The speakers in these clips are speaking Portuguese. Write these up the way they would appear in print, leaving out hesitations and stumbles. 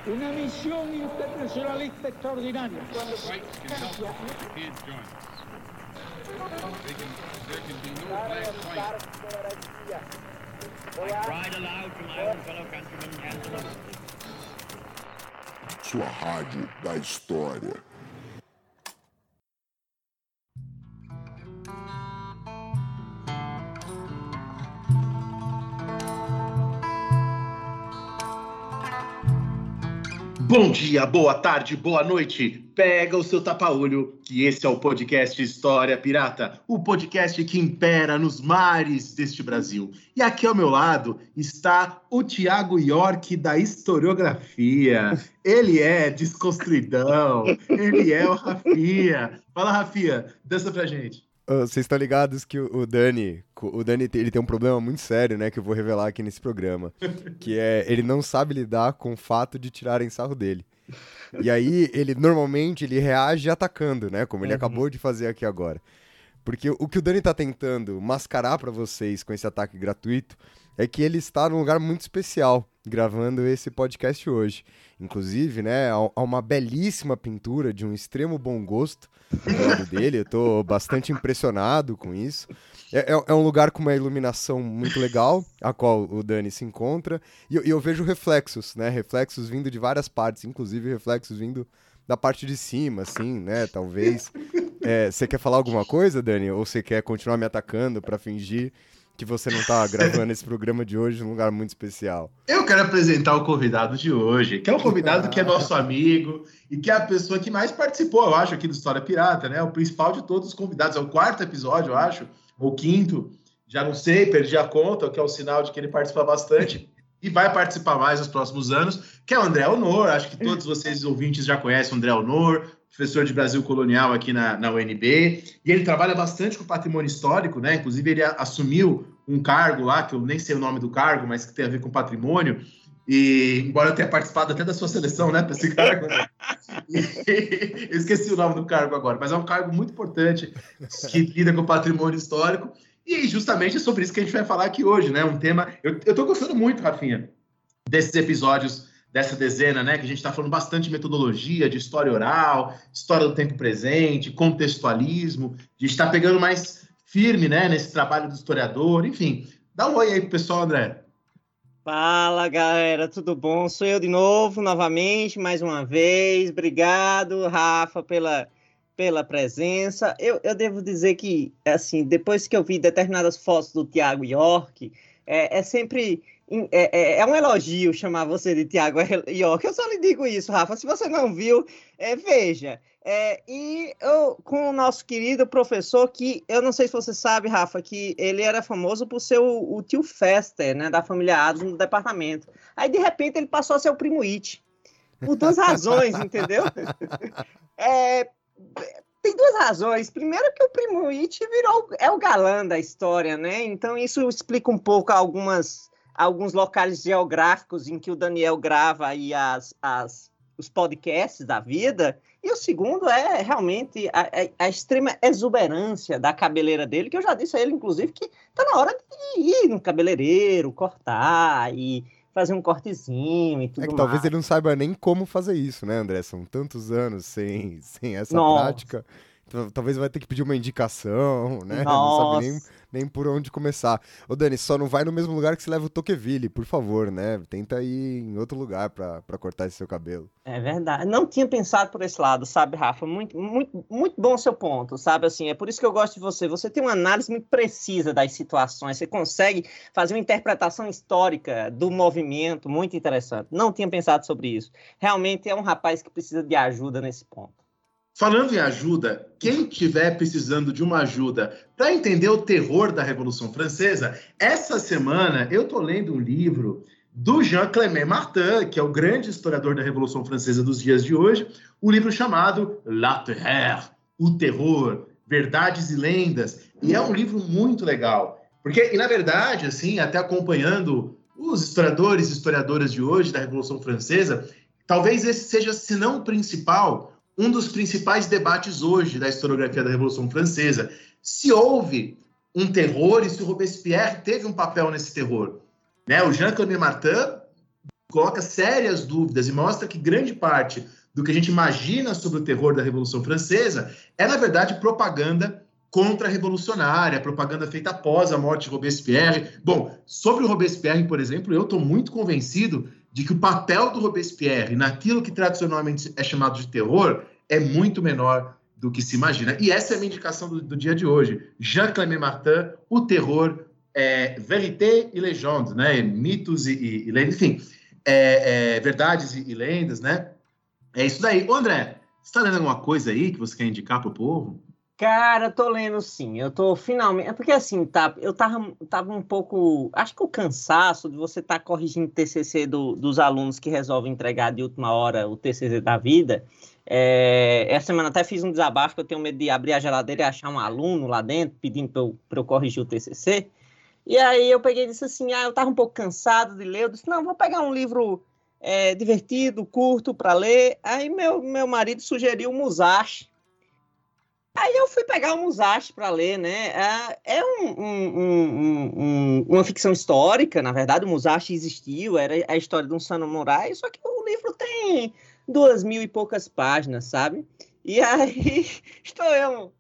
Una misión internacionalista extraordinaria. There can be no black white. I cried aloud to my own fellow countrymen and to the world. Sua rádio da história. Bom dia, boa tarde, boa noite. Pega o seu tapa-olho, que esse é o podcast História Pirata, o podcast que impera nos mares deste Brasil. E aqui ao meu lado está o Thiago York da historiografia. Ele é desconstruidão, ele é o Rafinha. Fala, Rafinha, dança pra gente. Vocês estão ligados que o Dani ele tem um problema muito sério, né, que eu vou revelar aqui nesse programa, que é, ele não sabe lidar com o fato de tirarem sarro dele. E aí, normalmente, ele reage atacando, né, como ele acabou de fazer aqui agora. Porque o que o Dani tá tentando mascarar pra vocês com esse ataque gratuito é que ele está num lugar muito especial, gravando esse podcast hoje. Inclusive, né, há uma belíssima pintura de um extremo bom gosto do lado dele, eu tô bastante impressionado com isso. É um lugar com uma iluminação muito legal, a qual o Dani se encontra, e eu vejo reflexos, né, reflexos vindo de várias partes, inclusive reflexos vindo da parte de cima, assim, né, talvez. Você quer falar alguma coisa, Dani, ou você quer continuar me atacando pra fingir que você não tá gravando esse programa de hoje num lugar muito especial? Eu quero apresentar o convidado de hoje, que é um convidado que é nosso amigo e que é a pessoa que mais participou, eu acho, aqui do História Pirata, né? O principal de todos os convidados. É o 4º episódio, eu acho, ou 5º, já não sei, perdi a conta, que é o sinal de que ele participa bastante e vai participar mais nos próximos anos, que é o André Honor. Acho que todos vocês ouvintes já conhecem o André Honor, professor de Brasil Colonial aqui na UNB, e ele trabalha bastante com patrimônio histórico, né? Inclusive ele assumiu um cargo lá, que eu nem sei o nome do cargo, mas que tem a ver com patrimônio, e embora eu tenha participado até da sua seleção, né, para esse cargo, né? Eu esqueci o nome do cargo agora, mas é um cargo muito importante que lida com patrimônio histórico, e justamente é sobre isso que a gente vai falar aqui hoje, né? Um tema... Eu tô gostando muito, Rafinha, desses episódios dessa dezena, né, que a gente está falando bastante de metodologia, de história oral, história do tempo presente, contextualismo. A gente está pegando mais firme, né, nesse trabalho do historiador, enfim. Dá um oi aí pro pessoal, André. Fala, galera, tudo bom? Sou eu de novo, novamente, mais uma vez. Obrigado, Rafa, pela presença. Eu devo dizer que, assim, depois que eu vi determinadas fotos do Thiago York, é sempre... É um elogio chamar você de Thiago York. Eu só lhe digo isso, Rafa. Se você não viu, veja. E eu, com o nosso querido professor, que eu não sei se você sabe, Rafa, que ele era famoso por ser o tio Fester, né, da família Adams no departamento. Aí, de repente, ele passou a ser o primo It. Por 2 razões, entendeu? Tem 2 razões. Primeiro que o primo It é o galã da história, né? Então, isso explica um pouco alguns locais geográficos em que o Daniel grava aí os podcasts da vida. E o segundo é realmente a extrema exuberância da cabeleira dele, que eu já disse a ele, inclusive, que tá na hora de ir no cabeleireiro, cortar e fazer um cortezinho e tudo mais. Talvez ele não saiba nem como fazer isso, né, André? São tantos anos sem essa prática. Talvez vai ter que pedir uma indicação, né? Não sabe nem por onde começar. Ô, Dani, só não vai no mesmo lugar que você leva o Tocqueville, por favor, né? Tenta ir em outro lugar pra cortar esse seu cabelo. É verdade. Não tinha pensado por esse lado, sabe, Rafa? Muito, muito, muito bom o seu ponto, sabe? Assim, é por isso que eu gosto de você. Você tem uma análise muito precisa das situações. Você consegue fazer uma interpretação histórica do movimento muito interessante. Não tinha pensado sobre isso. Realmente é um rapaz que precisa de ajuda nesse ponto. Falando em ajuda, quem estiver precisando de uma ajuda para entender o terror da Revolução Francesa, essa semana eu estou lendo um livro do Jean-Clément Martin, que é o grande historiador da Revolução Francesa dos dias de hoje, um livro chamado La Terreur, O Terror, Verdades e Lendas, e é um livro muito legal, porque, na verdade, assim, até acompanhando os historiadores e historiadoras de hoje da Revolução Francesa, talvez esse seja, se não o principal, um dos principais debates hoje da historiografia da Revolução Francesa. Se houve um terror e se o Robespierre teve um papel nesse terror. Né? O Jean-Clément Martin coloca sérias dúvidas e mostra que grande parte do que a gente imagina sobre o terror da Revolução Francesa é, na verdade, propaganda contra-revolucionária, propaganda feita após a morte de Robespierre. Bom, sobre o Robespierre, por exemplo, eu estou muito convencido de que o papel do Robespierre naquilo que tradicionalmente é chamado de terror é muito menor do que se imagina. E essa é a minha indicação do dia de hoje. Jean Clément Martin, O Terror, Vérité e Légende, né? Mitos e lendas, enfim, verdades e lendas, né? É isso daí. Ô, André, você está lendo alguma coisa aí que você quer indicar para o povo? Cara, tô lendo sim, eu tô finalmente... É porque assim, eu tava um pouco... Acho que o cansaço de você estar corrigindo o TCC dos alunos que resolvem entregar de última hora o TCC da vida. Essa semana até fiz um desabafo, que eu tenho medo de abrir a geladeira e achar um aluno lá dentro pedindo para eu corrigir o TCC. E aí eu peguei e disse assim, eu tava um pouco cansado de ler, eu disse, não, vou pegar um livro divertido, curto para ler. Aí meu marido sugeriu o Musashi. Aí eu fui pegar o Musashi para ler, né? É uma ficção histórica, na verdade, o Musashi existiu, era a história de um samurai, só que o livro tem 2.000 e poucas páginas, sabe? E aí estou eu...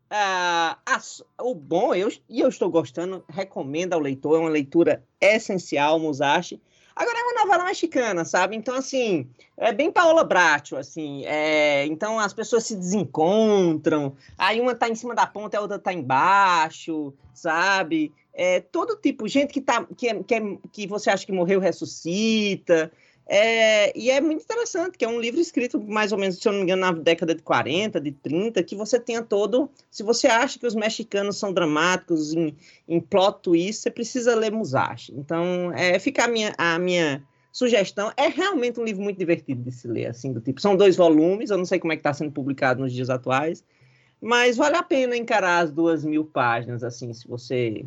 o bom, eu estou gostando, recomendo ao leitor, é uma leitura essencial, Musashi. Agora é uma novela mexicana, sabe? Então, assim, é bem Paola Bracho, assim. Então, as pessoas se desencontram, aí uma tá em cima da ponta, a outra tá embaixo, sabe? Todo tipo, gente que você acha que morreu ressuscita. E é muito interessante, que é um livro escrito mais ou menos, se eu não me engano, na década de 40, de 30, que você tenha todo... Se você acha que os mexicanos são dramáticos em plot twist, você precisa ler Musashi. Então, fica a minha sugestão. É realmente um livro muito divertido de se ler, assim, do tipo... São 2 volumes, eu não sei como é que está sendo publicado nos dias atuais, mas vale a pena encarar as 2.000 páginas, assim, se você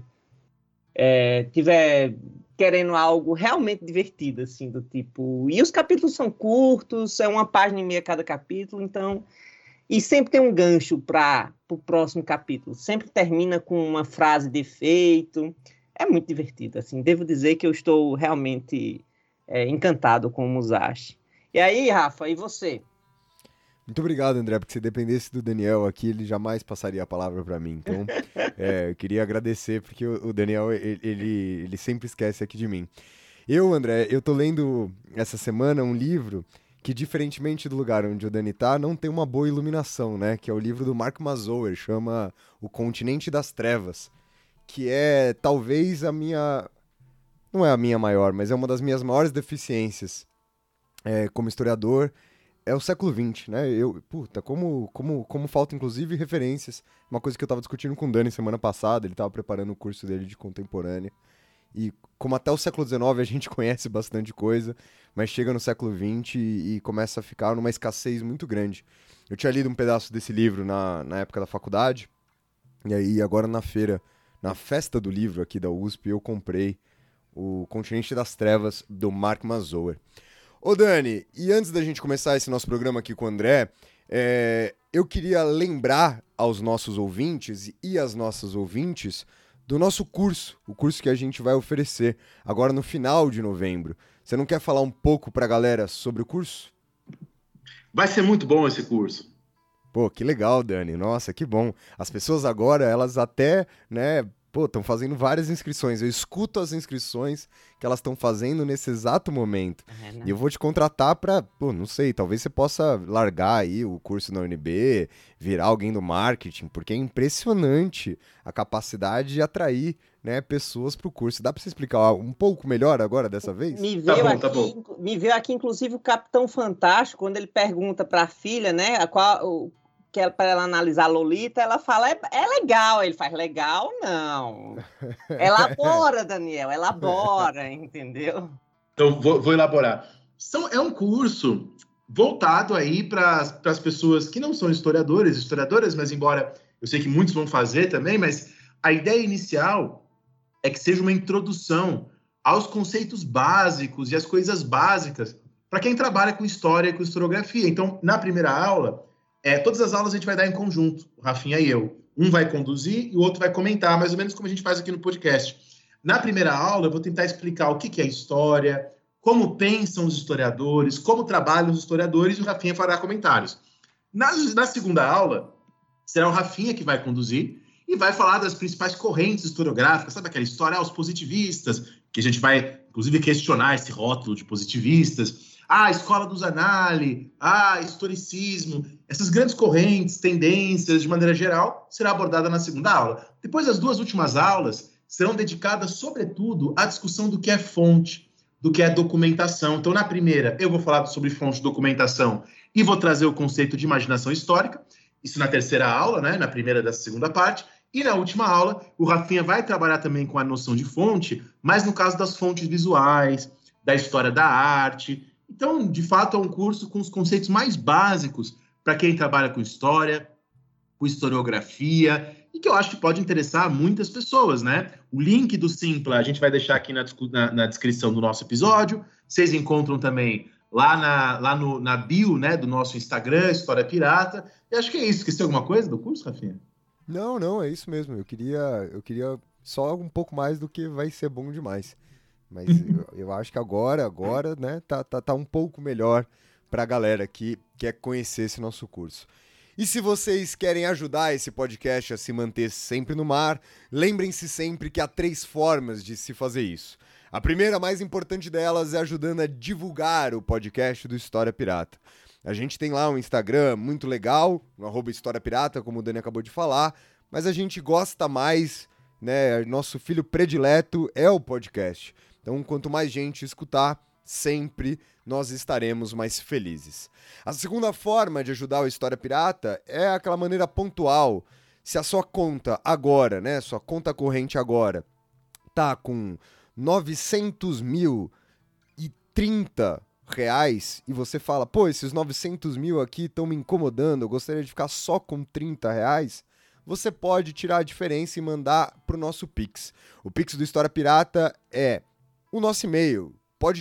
tiver... querendo algo realmente divertido, assim, do tipo... E os capítulos são curtos, é 1 página e meia cada capítulo, então... E sempre tem um gancho para o próximo capítulo. Sempre termina com uma frase de efeito. É muito divertido, assim. Devo dizer que eu estou realmente encantado com o Musashi. E aí, Rafa, e você? Muito obrigado, André, porque se dependesse do Daniel aqui, ele jamais passaria a palavra para mim. Então, eu queria agradecer, porque o Daniel, ele sempre esquece aqui de mim. André, eu tô lendo essa semana um livro que, diferentemente do lugar onde o Dani tá, não tem uma boa iluminação, né? Que é o livro do Mark Mazzower, chama O Continente das Trevas, que é talvez a minha... Não é a minha maior, mas é uma das minhas maiores deficiências como historiador. É o século XX, né? Como falta, inclusive, referências. Uma coisa que eu tava discutindo com o Dani semana passada, ele tava preparando o curso dele de contemporânea. E como até o século XIX a gente conhece bastante coisa, mas chega no século XX e começa a ficar numa escassez muito grande. Eu tinha lido um pedaço desse livro na época da faculdade, e aí agora na feira, na festa do livro aqui da USP, eu comprei O Continente das Trevas, do Mark Mazzower. Ô Dani, e antes da gente começar esse nosso programa aqui com o André, eu queria lembrar aos nossos ouvintes e às nossas ouvintes do nosso curso, o curso que a gente vai oferecer agora no final de novembro. Você não quer falar um pouco pra galera sobre o curso? Vai ser muito bom esse curso. Pô, que legal, Dani. Nossa, que bom. As pessoas agora, elas até, né... estão fazendo várias inscrições. Eu escuto as inscrições que elas estão fazendo nesse exato momento. E eu vou te contratar para, não sei, talvez você possa largar aí o curso na UNB, virar alguém do marketing, porque é impressionante a capacidade de atrair, né, pessoas para o curso. Dá para você explicar um pouco melhor agora, dessa vez? Me veio aqui, inclusive, o Capitão Fantástico, quando ele pergunta para a filha, né, que é para ela analisar a Lolita, ela fala, é legal. Ele faz, legal não. Elabora, Daniel, elabora, entendeu? Então, vou elaborar. É um curso voltado aí para as pessoas que não são historiadoras, mas embora eu sei que muitos vão fazer também, mas a ideia inicial é que seja uma introdução aos conceitos básicos e às coisas básicas para quem trabalha com história e com historiografia. Então, na primeira aula... todas as aulas a gente vai dar em conjunto, o Rafinha e eu. Um vai conduzir e o outro vai comentar, mais ou menos como a gente faz aqui no podcast. Na primeira aula, eu vou tentar explicar o que é história, como pensam os historiadores, como trabalham os historiadores, e o Rafinha fará comentários. Na segunda aula, será o Rafinha que vai conduzir e vai falar das principais correntes historiográficas, sabe aquela história, os positivistas, que a gente vai, inclusive, questionar esse rótulo de positivistas, a escola do Zanalli, historicismo, essas grandes correntes, tendências, de maneira geral, será abordada na segunda aula. Depois, as 2 últimas aulas serão dedicadas, sobretudo, à discussão do que é fonte, do que é documentação. Então, na primeira, eu vou falar sobre fonte de documentação e vou trazer o conceito de imaginação histórica, isso na terceira aula, né, na primeira da segunda parte, e na última aula, o Rafinha vai trabalhar também com a noção de fonte, mas no caso das fontes visuais, da história da arte. Então, de fato, é um curso com os conceitos mais básicos para quem trabalha com história, com historiografia, e que eu acho que pode interessar muitas pessoas, né? O link do Simpla a gente vai deixar aqui na descrição do nosso episódio. Vocês encontram também lá na bio, né, do nosso Instagram, História Pirata. E acho que é isso. Esqueceu alguma coisa do curso, Rafinha? Não, é isso mesmo. Eu queria só um pouco mais do que vai ser bom demais. Mas eu acho que agora, né, tá um pouco melhor pra galera que quer conhecer esse nosso curso. E se vocês querem ajudar esse podcast a se manter sempre no mar, lembrem-se sempre que há 3 formas de se fazer isso. A primeira, mais importante delas, é ajudando a divulgar o podcast do História Pirata. A gente tem lá um Instagram muito legal, no @História Pirata, como o Dani acabou de falar, mas a gente gosta mais, né, nosso filho predileto é o podcast. Então, quanto mais gente escutar, sempre nós estaremos mais felizes. A segunda forma de ajudar o História Pirata é aquela maneira pontual. Se a sua conta agora, né, sua conta corrente agora, tá com 900.030 reais e você fala, pô, esses 900 mil aqui estão me incomodando, eu gostaria de ficar só com 30 reais, você pode tirar a diferença e mandar pro nosso Pix. O Pix do História Pirata é o nosso e-mail,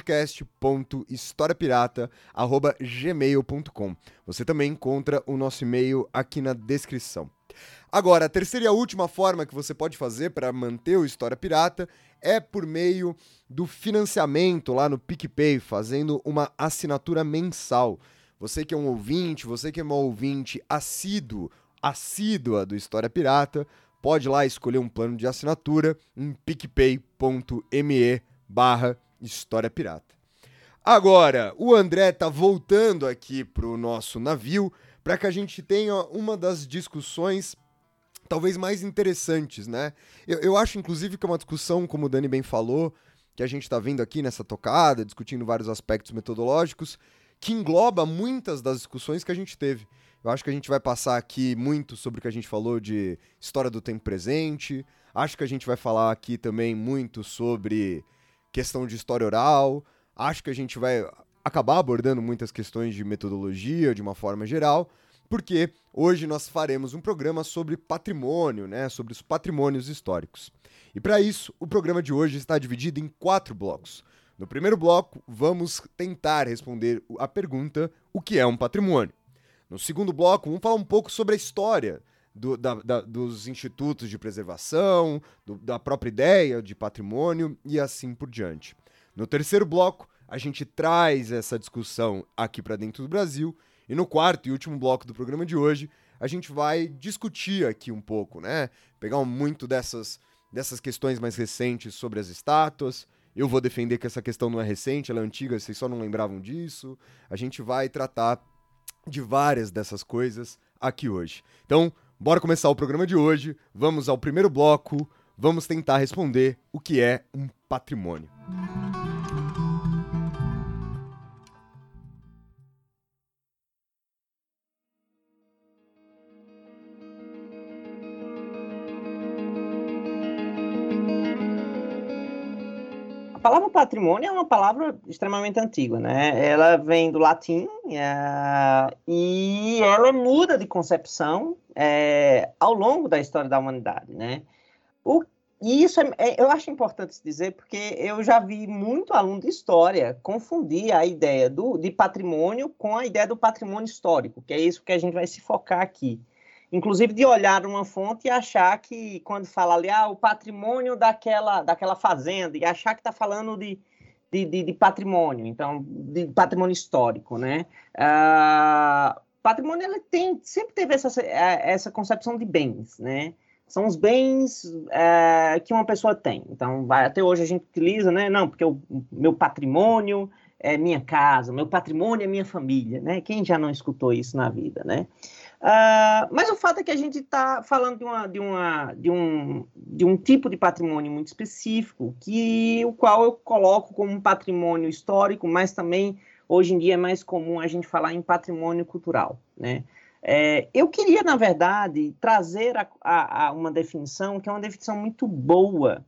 podcast.historiapirata@gmail.com. Você também encontra o nosso e-mail aqui na descrição. Agora, a terceira e a última forma que você pode fazer para manter o História Pirata é por meio do financiamento lá no PicPay, fazendo uma assinatura mensal. Você que é um ouvinte, você que é uma ouvinte assídua do História Pirata, pode lá escolher um plano de assinatura em picpay.me/História Pirata. Agora, o André tá voltando aqui pro nosso navio para que a gente tenha uma das discussões talvez mais interessantes, né? Eu acho, inclusive, que é uma discussão, como o Dani bem falou, que a gente tá vendo aqui nessa tocada, discutindo vários aspectos metodológicos, que engloba muitas das discussões que a gente teve. Eu acho que a gente vai passar aqui muito sobre o que a gente falou de história do tempo presente, acho que a gente vai falar aqui também muito sobre questão de história oral, acho que a gente vai acabar abordando muitas questões de metodologia de uma forma geral, porque hoje nós faremos um programa sobre patrimônio, né, sobre os patrimônios históricos. E para isso, o programa de hoje está dividido em 4 blocos. No primeiro bloco, vamos tentar responder a pergunta: o que é um patrimônio? No segundo bloco, vamos falar um pouco sobre a história dos institutos de preservação, da própria ideia de patrimônio e assim por diante. No terceiro bloco, a gente traz essa discussão aqui para dentro do Brasil. E no quarto e último bloco do programa de hoje, a gente vai discutir aqui um pouco, né? Pegar muito dessas questões mais recentes sobre as estátuas. Eu vou defender que essa questão não é recente, ela é antiga, vocês só não lembravam disso. A gente vai tratar de várias dessas coisas aqui hoje. Então, bora começar o programa de hoje. Vamos ao primeiro bloco. Vamos tentar responder o que é um patrimônio. A palavra patrimônio é uma palavra extremamente antiga, né? Ela vem do latim e ela muda de concepção ao longo da história da humanidade, né? E isso eu acho importante se dizer, porque eu já vi muito aluno de história confundir a ideia de patrimônio com a ideia do patrimônio histórico, que é isso que a gente vai se focar aqui. Inclusive de olhar uma fonte e achar que, quando fala ali, o patrimônio daquela fazenda, e achar que está falando de patrimônio, então, de patrimônio histórico, né? Patrimônio ele sempre teve essa concepção de bens, né? São os bens que uma pessoa tem. Então, até hoje a gente utiliza, né? Não, porque o meu patrimônio é minha casa, meu patrimônio é minha família, né? Quem já não escutou isso na vida, né? Mas o fato é que a gente está falando de um tipo de patrimônio muito específico, o qual eu coloco como um patrimônio histórico, mas também, hoje em dia, é mais comum a gente falar em patrimônio cultural, né? Eu queria, na verdade, trazer uma definição, que é uma definição muito boa,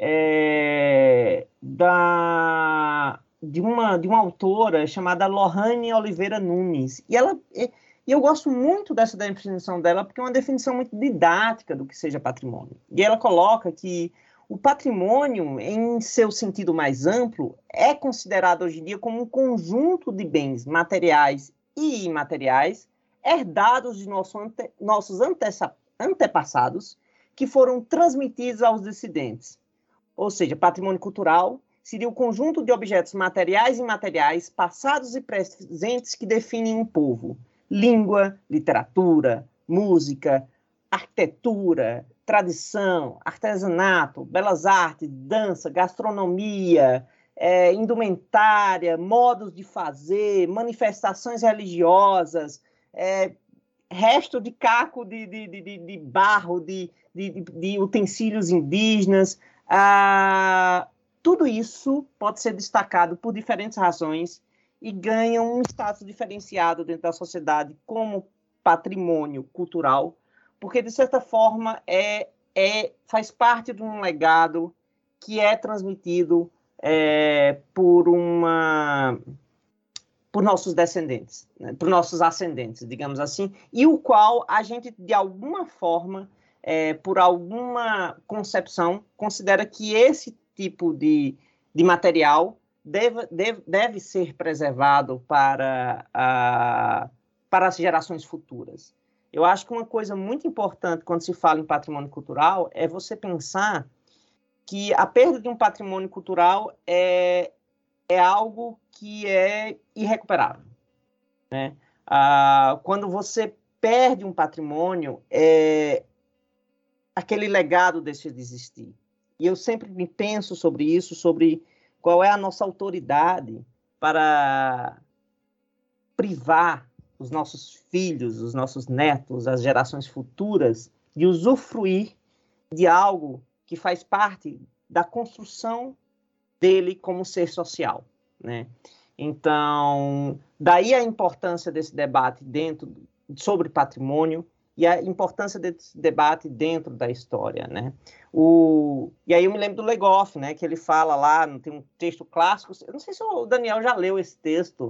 de uma autora chamada Lohane Oliveira Nunes. E eu gosto muito dessa definição dela, porque é uma definição muito didática do que seja patrimônio. E ela coloca que o patrimônio, em seu sentido mais amplo, é considerado hoje em dia como um conjunto de bens materiais e imateriais herdados de nossos antepassados, que foram transmitidos aos descendentes. Ou seja, patrimônio cultural seria o conjunto de objetos materiais e imateriais, passados e presentes, que definem um povo. Língua, literatura, música, arquitetura, tradição, artesanato, belas artes, dança, gastronomia, indumentária, modos de fazer, manifestações religiosas, resto de caco de barro, de utensílios indígenas. Tudo isso pode ser destacado por diferentes razões e ganha um status diferenciado dentro da sociedade como patrimônio cultural, porque, de certa forma, faz parte de um legado que é transmitido por nossos descendentes, né, por nossos ascendentes, digamos assim, e o qual a gente, de alguma forma, por alguma concepção, considera que esse tipo de material deve ser preservado para as gerações futuras. Eu acho que uma coisa muito importante quando se fala em patrimônio cultural é você pensar que a perda de um patrimônio cultural é algo que é irrecuperável, né? Quando você perde um patrimônio, aquele legado deixa de existir. E eu sempre me penso sobre isso, sobre qual é a nossa autoridade para privar os nossos filhos, os nossos netos, as gerações futuras, de usufruir de algo que faz parte da construção dele como ser social, né? Então, daí a importância desse debate sobre patrimônio e a importância desse debate dentro da história, né? E aí eu me lembro do Legoff, né? Que ele fala lá, tem um texto clássico, eu não sei se o Daniel já leu esse texto,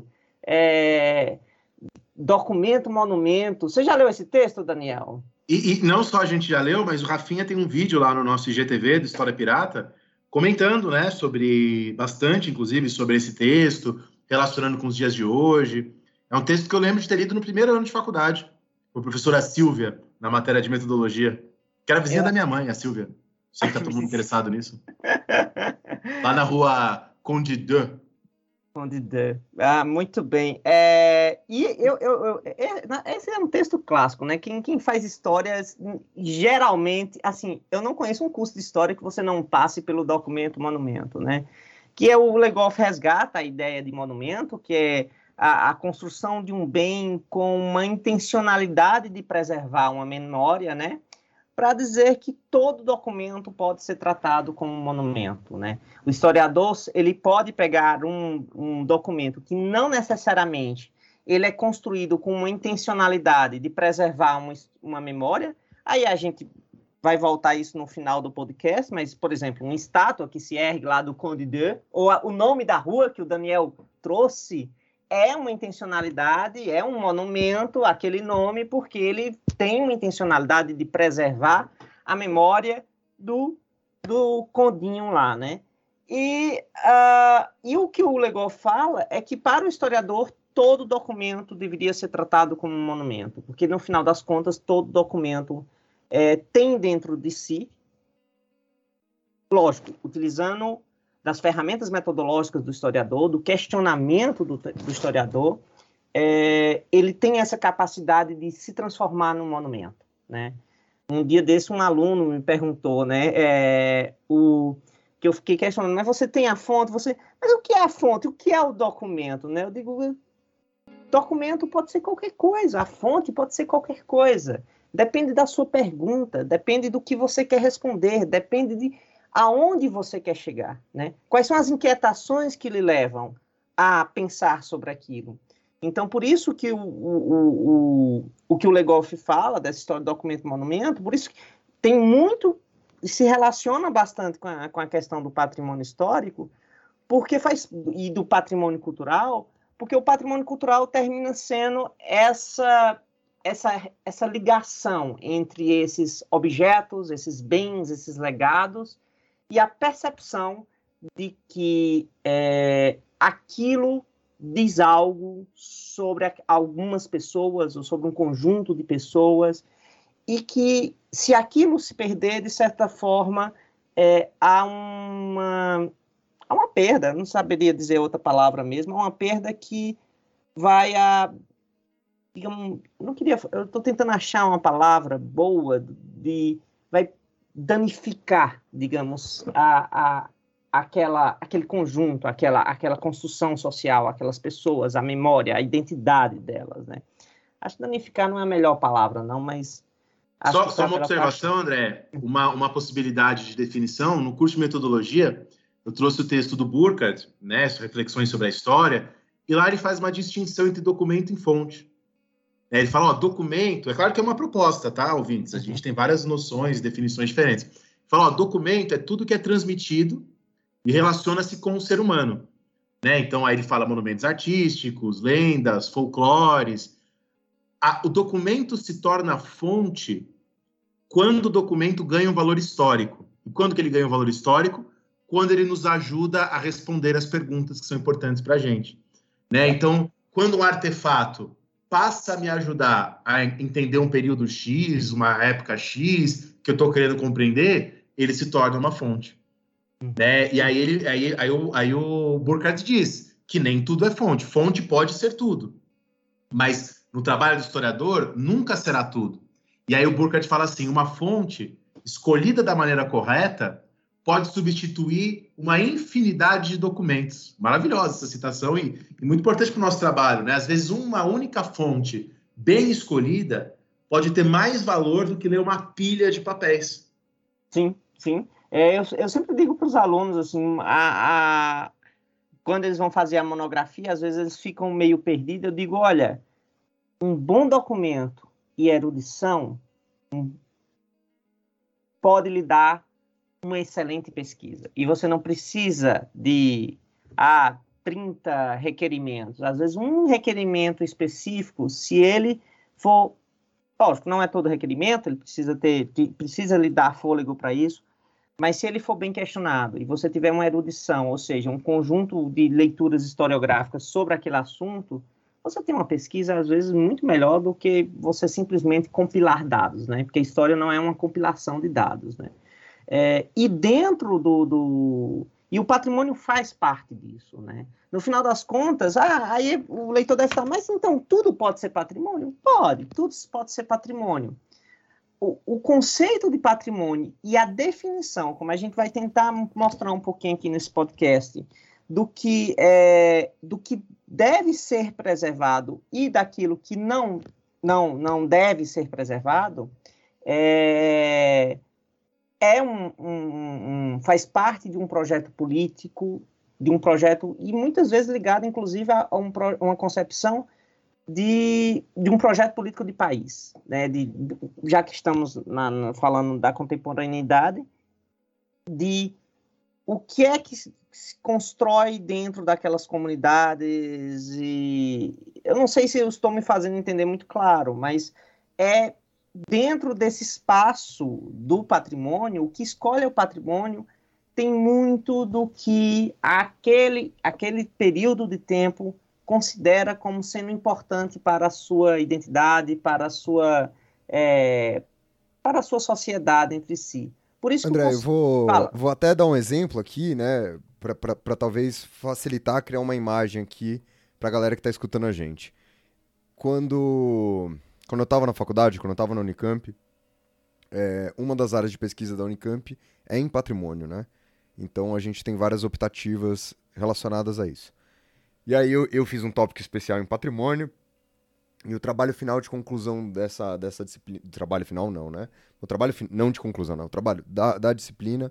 Documento, Monumento. Você já leu esse texto, Daniel? E não só a gente já leu, mas o Rafinha tem um vídeo lá no nosso IGTV do História Pirata, comentando, né, bastante, inclusive, sobre esse texto, relacionando com os dias de hoje. É um texto que eu lembro de ter lido no primeiro ano de faculdade, com a professora Silvia, na matéria de metodologia, que era vizinha da minha mãe, a Silvia. Sei que tá todo mundo interessado nisso. Lá na rua Conde de. Muito bem. Esse é um texto clássico, né? Quem faz histórias, geralmente, assim, eu não conheço um curso de história que você não passe pelo documento monumento, né? Que o Legoff resgata a ideia de monumento, que é a construção de um bem com uma intencionalidade de preservar uma memória, né? Para dizer que todo documento pode ser tratado como um monumento, né? O historiador, ele pode pegar um documento que não necessariamente ele é construído com uma intencionalidade de preservar uma memória, aí a gente vai voltar isso no final do podcast, mas, por exemplo, uma estátua que se ergue lá do Conde de, ou o nome da rua que o Daniel trouxe, é uma intencionalidade, é um monumento, aquele nome, porque ele tem uma intencionalidade de preservar a memória do Condinho lá, né? E o que o Legoff fala é que, para o historiador, todo documento deveria ser tratado como um monumento, porque, no final das contas, todo documento tem dentro de si, lógico, utilizando das ferramentas metodológicas do historiador, do questionamento do historiador, ele tem essa capacidade de se transformar num monumento, né? Um dia desse, um aluno me perguntou, né, que eu fiquei questionando, mas você tem a fonte? Mas o que é a fonte? O que é o documento? Né? Eu digo, documento pode ser qualquer coisa, a fonte pode ser qualquer coisa. Depende da sua pergunta, depende do que você quer responder, depende de aonde você quer chegar, né? Quais são as inquietações que lhe levam a pensar sobre aquilo. Então, por isso que o que o Legoff fala dessa história do documento-monumento, por isso que tem muito, se relaciona bastante com a questão do patrimônio histórico, e do patrimônio cultural, porque o patrimônio cultural termina sendo essa ligação entre esses objetos, esses bens, esses legados, e a percepção de que aquilo diz algo sobre algumas pessoas ou sobre um conjunto de pessoas, e que se aquilo se perder, de certa forma, há uma perda, não saberia dizer outra palavra mesmo, há uma perda que vai digamos, eu estou tentando achar uma palavra boa, vai danificar, digamos, aquele conjunto, aquela construção social, aquelas pessoas, a memória, a identidade delas, né? Acho que danificar não é a melhor palavra, não, mas... Só uma observação, André, uma possibilidade de definição. No curso de metodologia, eu trouxe o texto do Burkhardt, né, reflexões sobre a história, e lá ele faz uma distinção entre documento e fonte. Ele fala, documento, é claro que é uma proposta, tá, ouvintes? A gente tem várias noções, definições diferentes. Fala, documento é tudo que é transmitido e relaciona-se com o ser humano, né? Então, aí ele fala monumentos artísticos, lendas, folclores. O documento se torna fonte quando o documento ganha um valor histórico. E quando que ele ganha um valor histórico? Quando ele nos ajuda a responder as perguntas que são importantes para a gente, né? Então, quando um artefato passa a me ajudar a entender um período X, uma época X, que eu estou querendo compreender, ele se torna uma fonte. Né? E aí o Burkhardt diz que nem tudo é fonte. Fonte pode ser tudo. Mas no trabalho do historiador, nunca será tudo. E aí o Burkhardt fala assim, uma fonte escolhida da maneira correta pode substituir uma infinidade de documentos. Maravilhosa essa citação e muito importante para o nosso trabalho, né? Às vezes uma única fonte bem escolhida pode ter mais valor do que ler uma pilha de papéis. Sim, sim. Eu sempre digo para os alunos, assim, quando eles vão fazer a monografia, às vezes eles ficam meio perdidos. Eu digo, olha, um bom documento e erudição pode lhe dar uma excelente pesquisa. E você não precisa de 30 requerimentos. Às vezes, um requerimento específico, se ele for... Lógico, não é todo requerimento, ele precisa lhe dar fôlego para isso, mas se ele for bem questionado e você tiver uma erudição, ou seja, um conjunto de leituras historiográficas sobre aquele assunto, você tem uma pesquisa, às vezes, muito melhor do que você simplesmente compilar dados, né? Porque a história não é uma compilação de dados, né? E dentro E o patrimônio faz parte disso, né? No final das contas, aí o leitor deve estar, mas então tudo pode ser patrimônio? Pode, tudo pode ser patrimônio. O conceito de patrimônio e a definição, como a gente vai tentar mostrar um pouquinho aqui nesse podcast, do que deve ser preservado e daquilo que não deve ser preservado, faz parte de um projeto político, de um projeto, e muitas vezes ligado, inclusive, a uma concepção de um projeto político de país, né? Já que estamos falando da contemporaneidade, de o que é que se constrói dentro daquelas comunidades, e eu não sei se eu estou me fazendo entender muito claro, mas dentro desse espaço do patrimônio, o que escolhe o patrimônio tem muito do que aquele período de tempo considera como sendo importante para a sua identidade, para a sua sociedade entre si. Por isso André, eu vou até dar um exemplo aqui, né, para talvez facilitar criar uma imagem aqui pra galera que tá escutando a gente. Quando eu tava na faculdade, quando eu tava na Unicamp, uma das áreas de pesquisa da Unicamp é em patrimônio, né? Então a gente tem várias optativas relacionadas a isso. E aí eu fiz um tópico especial em patrimônio, e o trabalho final de conclusão dessa disciplina... Trabalho final não, né? O trabalho não de conclusão, não. O trabalho da disciplina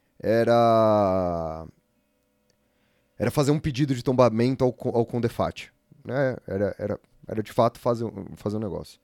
era fazer um pedido de tombamento ao Condefat, né? Era de fato fazer um negócio.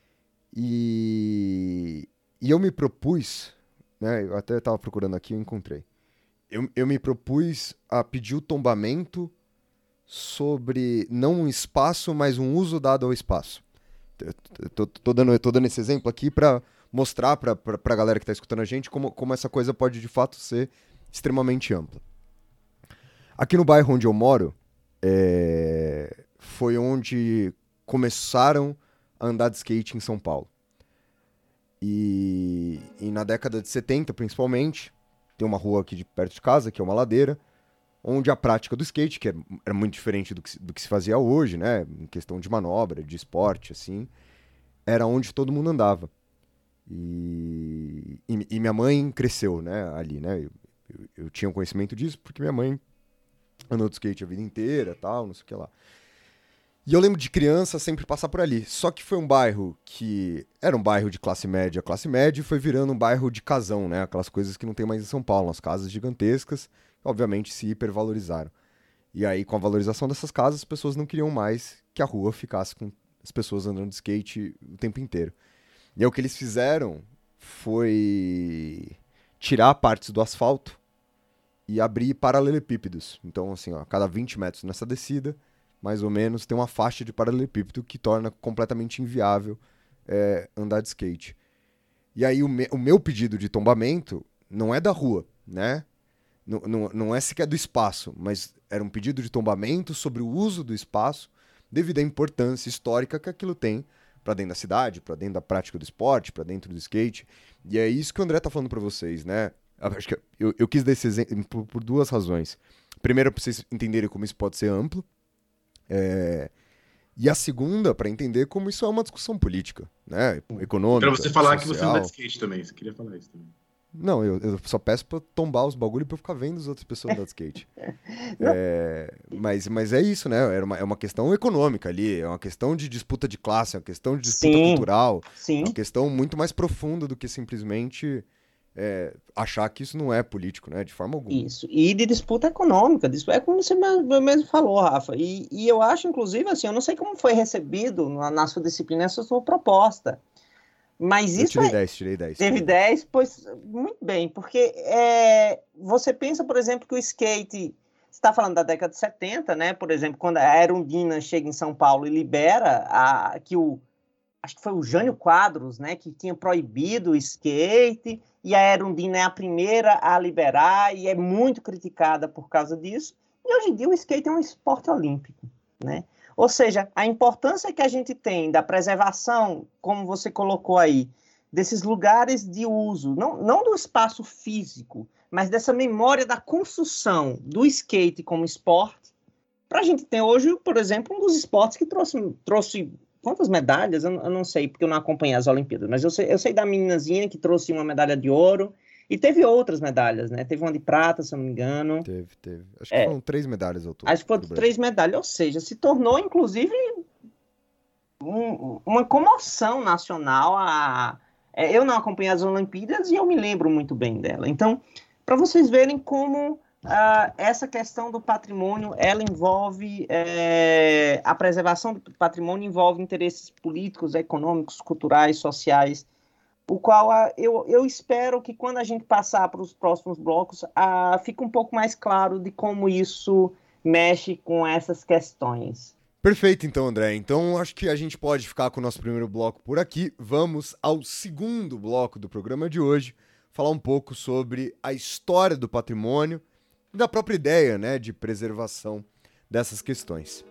E eu me propus, né? Eu até estava procurando aqui e encontrei. Eu me propus a pedir o tombamento sobre não um espaço, mas um uso dado ao espaço. Eu tô dando esse exemplo aqui para mostrar para a galera que está escutando a gente como essa coisa pode de fato ser extremamente ampla. Aqui no bairro onde eu moro, foi onde começaram a andar de skate em São Paulo. E na década de 70, principalmente, tem uma rua aqui de perto de casa, que é uma ladeira, onde a prática do skate, que era muito diferente do que se fazia hoje, né, em questão de manobra, de esporte, assim, era onde todo mundo andava. E minha mãe cresceu, né, ali, né, eu tinha um conhecimento disso porque minha mãe andou de skate a vida inteira, tal, não sei o que lá. E eu lembro de criança sempre passar por ali. Só que foi um bairro que era um bairro de classe média e foi virando um bairro de casão, né? Aquelas coisas que não tem mais em São Paulo, umas casas gigantescas, obviamente se hipervalorizaram. E aí, com a valorização dessas casas, as pessoas não queriam mais que a rua ficasse com as pessoas andando de skate o tempo inteiro. E aí o que eles fizeram foi tirar partes do asfalto e abrir paralelepípedos. Então, assim, ó, a cada 20 metros nessa descida, mais ou menos, tem uma faixa de paralelepípedo que torna completamente inviável andar de skate. E aí o meu pedido de tombamento não é da rua, né? Não é sequer do espaço, mas era um pedido de tombamento sobre o uso do espaço devido à importância histórica que aquilo tem para dentro da cidade, para dentro da prática do esporte, para dentro do skate. E é isso que o André tá falando para vocês, né? Acho que eu quis dar esse exemplo por duas razões. Primeiro, para vocês entenderem como isso pode ser amplo. E a segunda, para entender como isso é uma discussão política, né? Econômica, Pra você falar social. que você anda de skate também, você queria falar isso também. Não, eu só peço pra tombar os bagulho pra eu ficar vendo as outras pessoas andar de skate. Mas é isso, né? É uma questão econômica ali, é uma questão de disputa de classe, é uma questão de disputa cultural, Sim. é uma questão muito mais profunda do que simplesmente achar que isso não é político, né? De forma alguma. Isso, e de disputa econômica, é como você mesmo falou, Rafa, e eu acho, inclusive, assim, eu não sei como foi recebido na sua disciplina essa sua proposta, mas Eu isso tirei 10. teve 10, pois, muito bem, porque você pensa, por exemplo, que o skate, você está falando da década de 70, né, por exemplo, quando a Aerundina chega em São Paulo e libera acho que foi o Jânio Quadros, né, que tinha proibido o skate, e a Aerundina é a primeira a liberar, e é muito criticada por causa disso, e hoje em dia o skate é um esporte olímpico, né? Ou seja, a importância que a gente tem da preservação, como você colocou aí, desses lugares de uso, não do espaço físico, mas dessa memória da construção do skate como esporte, para a gente ter hoje, por exemplo, um dos esportes que trouxe quantas medalhas? Eu não sei, porque eu não acompanhei as Olimpíadas, mas eu sei da meninazinha que trouxe uma medalha de ouro, e teve outras medalhas, né? Teve uma de prata, se eu não me engano. Teve. Acho que foram 3 medalhas ao todo. Acho que foram 3 medalhas, ou seja, se tornou, inclusive, uma comoção nacional. Eu não acompanhei as Olimpíadas e eu me lembro muito bem dela. Então, para vocês verem como essa questão do patrimônio, ela envolve, a preservação do patrimônio envolve interesses políticos, econômicos, culturais, sociais, o qual eu espero que quando a gente passar para os próximos blocos, fique um pouco mais claro de como isso mexe com essas questões. Perfeito, então, André. Então, acho que a gente pode ficar com o nosso primeiro bloco por aqui. Vamos ao segundo bloco do programa de hoje, falar um pouco sobre a história do patrimônio e da própria ideia, né, de preservação dessas questões.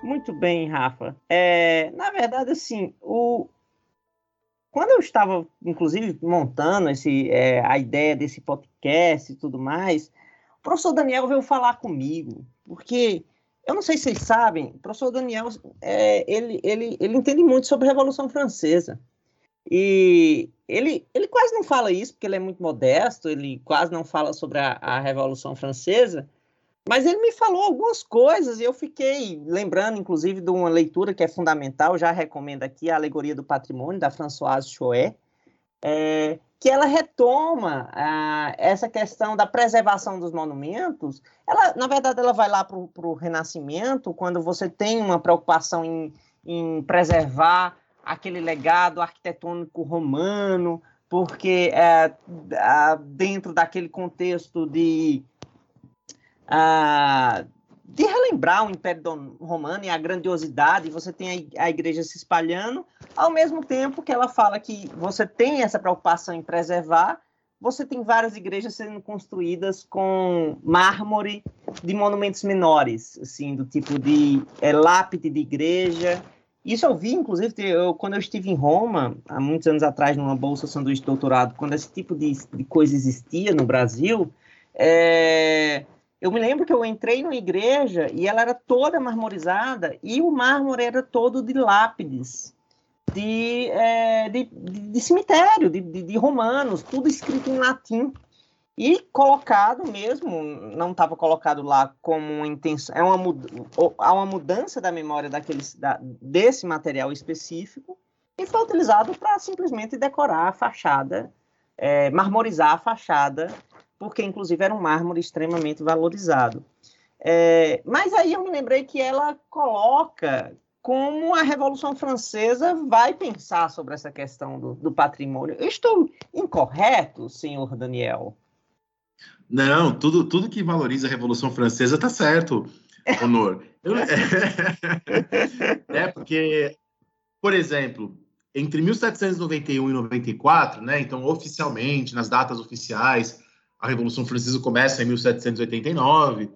Muito bem, Rafa. Na verdade, assim, quando eu estava, inclusive, montando a ideia desse podcast e tudo mais, o professor Daniel veio falar comigo, porque eu não sei se vocês sabem, o professor Daniel, ele entende muito sobre a Revolução Francesa. E ele quase não fala isso, porque ele é muito modesto, ele quase não fala sobre a Revolução Francesa, mas ele me falou algumas coisas e eu fiquei lembrando, inclusive, de uma leitura que é fundamental, já recomendo aqui, a Alegoria do Patrimônio, da Françoise Choët, que ela retoma essa questão da preservação dos monumentos. Na verdade, ela vai lá para o Renascimento, quando você tem uma preocupação em preservar aquele legado arquitetônico romano, porque dentro daquele contexto de relembrar o Império Romano e a grandiosidade, você tem a igreja se espalhando, ao mesmo tempo que ela fala que você tem essa preocupação em preservar, você tem várias igrejas sendo construídas com mármore de monumentos menores, assim, do tipo de lápide de igreja. Isso eu vi, inclusive, quando eu estive em Roma, há muitos anos atrás, numa bolsa sanduíche de doutorado, quando esse tipo de coisa existia no Brasil, eu me lembro que eu entrei numa igreja e ela era toda marmorizada e o mármore era todo de lápides, de cemitério, de romanos, tudo escrito em latim. E colocado mesmo, não estava colocado lá como uma intenção, há uma mudança da memória desse material específico e foi utilizado para simplesmente decorar a fachada, marmorizar a fachada, porque inclusive era um mármore extremamente valorizado. Mas aí eu me lembrei que ela coloca como a Revolução Francesa vai pensar sobre essa questão do patrimônio. Eu estou incorreto, senhor Daniel? Não, tudo que valoriza a Revolução Francesa tá certo, Honor. Porque, por exemplo, entre 1791 e 94, né, então oficialmente, nas datas oficiais, a Revolução Francesa começa em 1789,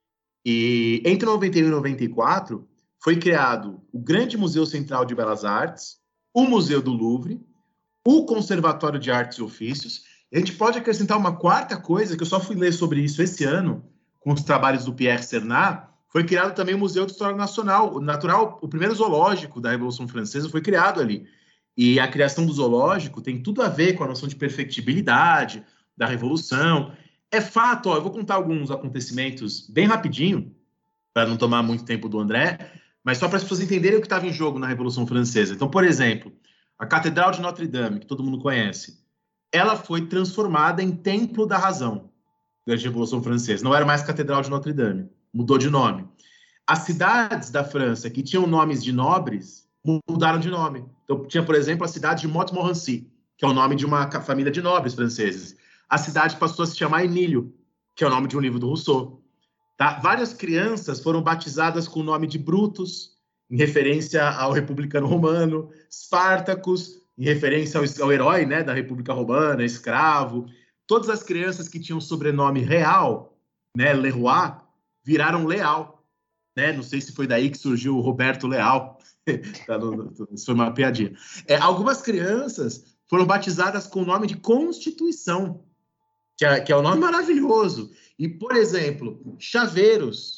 e entre 91 e 94 foi criado o Grande Museu Central de Belas Artes, o Museu do Louvre, o Conservatório de Artes e Ofícios. A gente pode acrescentar uma quarta coisa, que eu só fui ler sobre isso esse ano, com os trabalhos do Pierre Cernat. Foi criado também o Museu de História Natural, o primeiro zoológico da Revolução Francesa foi criado ali. E a criação do zoológico tem tudo a ver com a noção de perfectibilidade da Revolução. É fato, eu vou contar alguns acontecimentos bem rapidinho, para não tomar muito tempo do André, mas só para as pessoas entenderem o que estava em jogo na Revolução Francesa. Então, por exemplo, a Catedral de Notre-Dame, que todo mundo conhece, ela foi transformada em Templo da Razão durante a Revolução Francesa. Não era mais Catedral de Notre-Dame, mudou de nome. As cidades da França que tinham nomes de nobres mudaram de nome. Então, tinha, por exemplo, a cidade de Montmorency, que é o nome de uma família de nobres franceses. A cidade passou a se chamar Emílio, que é o nome de um livro do Rousseau. Tá? Várias crianças foram batizadas com o nome de Brutus, em referência ao republicano romano, Spartacus, em referência ao herói, né, da República Romana, escravo. Todas as crianças que tinham sobrenome real, né, Leroy, viraram Leal. Né? Não sei se foi daí que surgiu o Roberto Leal. Isso foi uma piadinha. Algumas crianças foram batizadas com o nome de Constituição, que é um nome maravilhoso. E, por exemplo, chaveiros,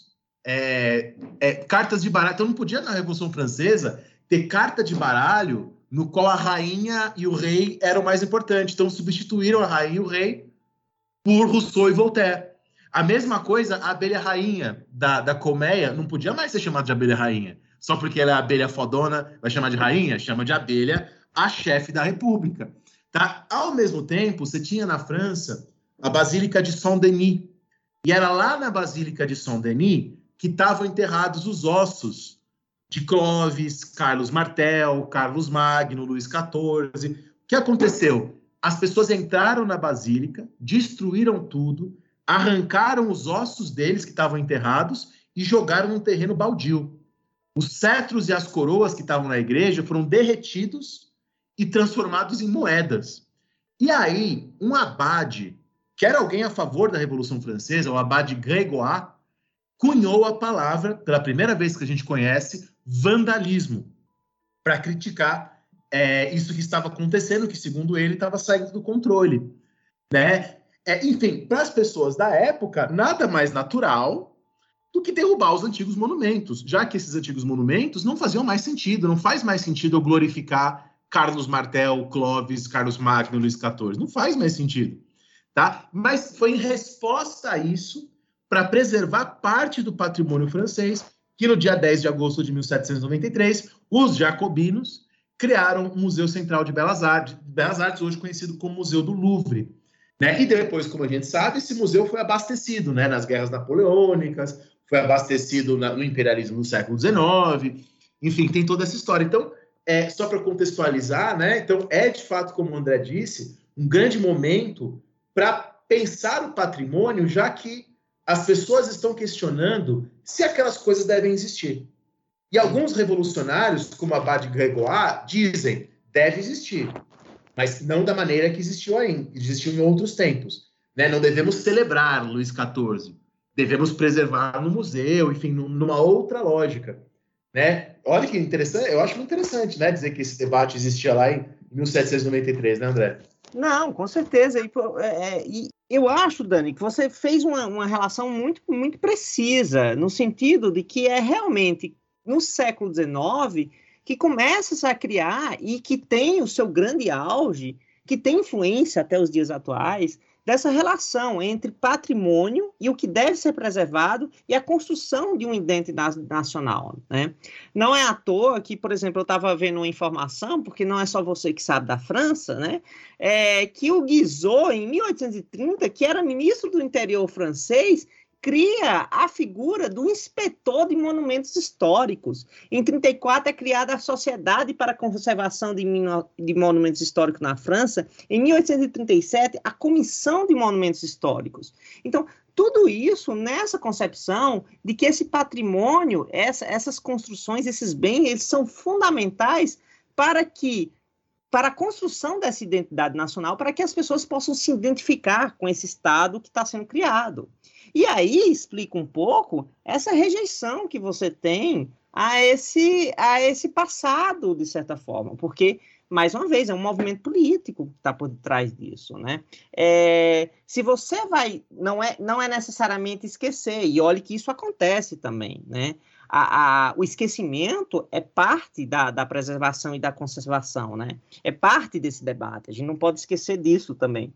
cartas de baralho. Então, não podia, na Revolução Francesa, ter carta de baralho no qual a rainha e o rei eram mais importantes. Então, substituíram a rainha e o rei por Rousseau e Voltaire. A mesma coisa, a abelha rainha da colmeia não podia mais ser chamada de abelha rainha. Só porque ela é abelha fodona, vai chamar de rainha? Chama de abelha a chefe da república. Tá? Ao mesmo tempo, você tinha na França a Basílica de Saint-Denis. E era lá na Basílica de Saint-Denis que estavam enterrados os ossos de Clovis, Carlos Martel, Carlos Magno, Luís XIV. O que aconteceu? As pessoas entraram na Basílica, destruíram tudo, arrancaram os ossos deles que estavam enterrados e jogaram num terreno baldio. Os cetros e as coroas que estavam na igreja foram derretidos e transformados em moedas. E aí, um abade, que era alguém a favor da Revolução Francesa, o abade Grégoire, cunhou a palavra, pela primeira vez que a gente conhece, vandalismo, para criticar isso que estava acontecendo, que, segundo ele, estava saindo do controle, né? Enfim, para as pessoas da época, nada mais natural do que derrubar os antigos monumentos, já que esses antigos monumentos não faziam mais sentido, não faz mais sentido eu glorificar Carlos Martel, Clovis, Carlos Magno, Luís XIV, não faz mais sentido, tá? Mas foi em resposta a isso, para preservar parte do patrimônio francês, que no dia 10 de agosto de 1793, os jacobinos criaram o Museu Central de Belas Artes, hoje conhecido como Museu do Louvre, né? E depois, como a gente sabe, esse museu foi abastecido, né, nas guerras napoleônicas, foi abastecido no imperialismo no século XIX, enfim, tem toda essa história. Então, só para contextualizar, né? Então, de fato, como o André disse, um grande momento para pensar o patrimônio, já que as pessoas estão questionando se aquelas coisas devem existir. E alguns revolucionários, como Abad Gregoire, dizem, deve existir, mas não da maneira que existiu em outros tempos, né? Não devemos celebrar Luís XIV, devemos preservar no museu, enfim, numa outra lógica, né? Olha que interessante, eu acho muito interessante, né, dizer que esse debate existia lá em 1793, né, André? Não, com certeza. E eu acho, Dani, que você fez uma relação muito, muito precisa, no sentido de que é realmente no século XIX que começa a criar e que tem o seu grande auge, que tem influência até os dias atuais, dessa relação entre patrimônio e o que deve ser preservado e a construção de uma identidade nacional, né? Não é à toa que, por exemplo, eu estava vendo uma informação, porque não é só você que sabe da França, né? Que o Guizot, em 1830, que era ministro do interior francês, cria a figura do inspetor de monumentos históricos. Em 1934 é criada a Sociedade para a Conservação de Monumentos Históricos na França. Em 1837, a Comissão de Monumentos Históricos. Então, tudo isso nessa concepção de que esse patrimônio, essas construções, esses bens, eles são fundamentais para a construção dessa identidade nacional, para que as pessoas possam se identificar com esse Estado que está sendo criado. E aí explica um pouco essa rejeição que você tem a esse passado, de certa forma, porque, mais uma vez, é um movimento político que está por trás disso, né? Se você vai... Não é necessariamente esquecer, e olhe que isso acontece também, né? O esquecimento é parte da preservação e da conservação, né? É parte desse debate, a gente não pode esquecer disso também.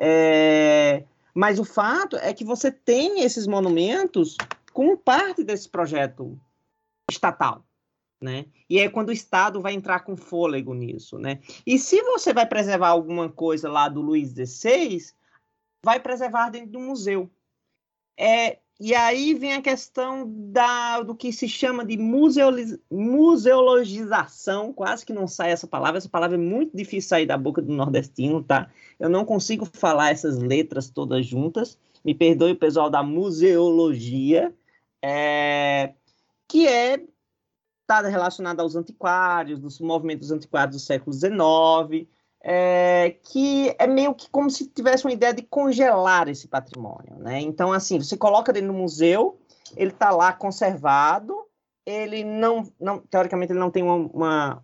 Mas o fato é que você tem esses monumentos como parte desse projeto estatal, né? E é quando o Estado vai entrar com fôlego nisso, né? E se você vai preservar alguma coisa lá do Luís XVI, vai preservar dentro do museu. E aí vem a questão do que se chama de museologização, quase que não sai essa palavra é muito difícil sair da boca do nordestino, tá? Eu não consigo falar essas letras todas juntas, me perdoe o pessoal da museologia, que está relacionada aos antiquários, dos movimentos antiquários do século XIX, que é meio que como se tivesse uma ideia de congelar esse patrimônio, né? Então, assim, você coloca dentro do museu, ele está lá conservado, ele não teoricamente, ele não tem uma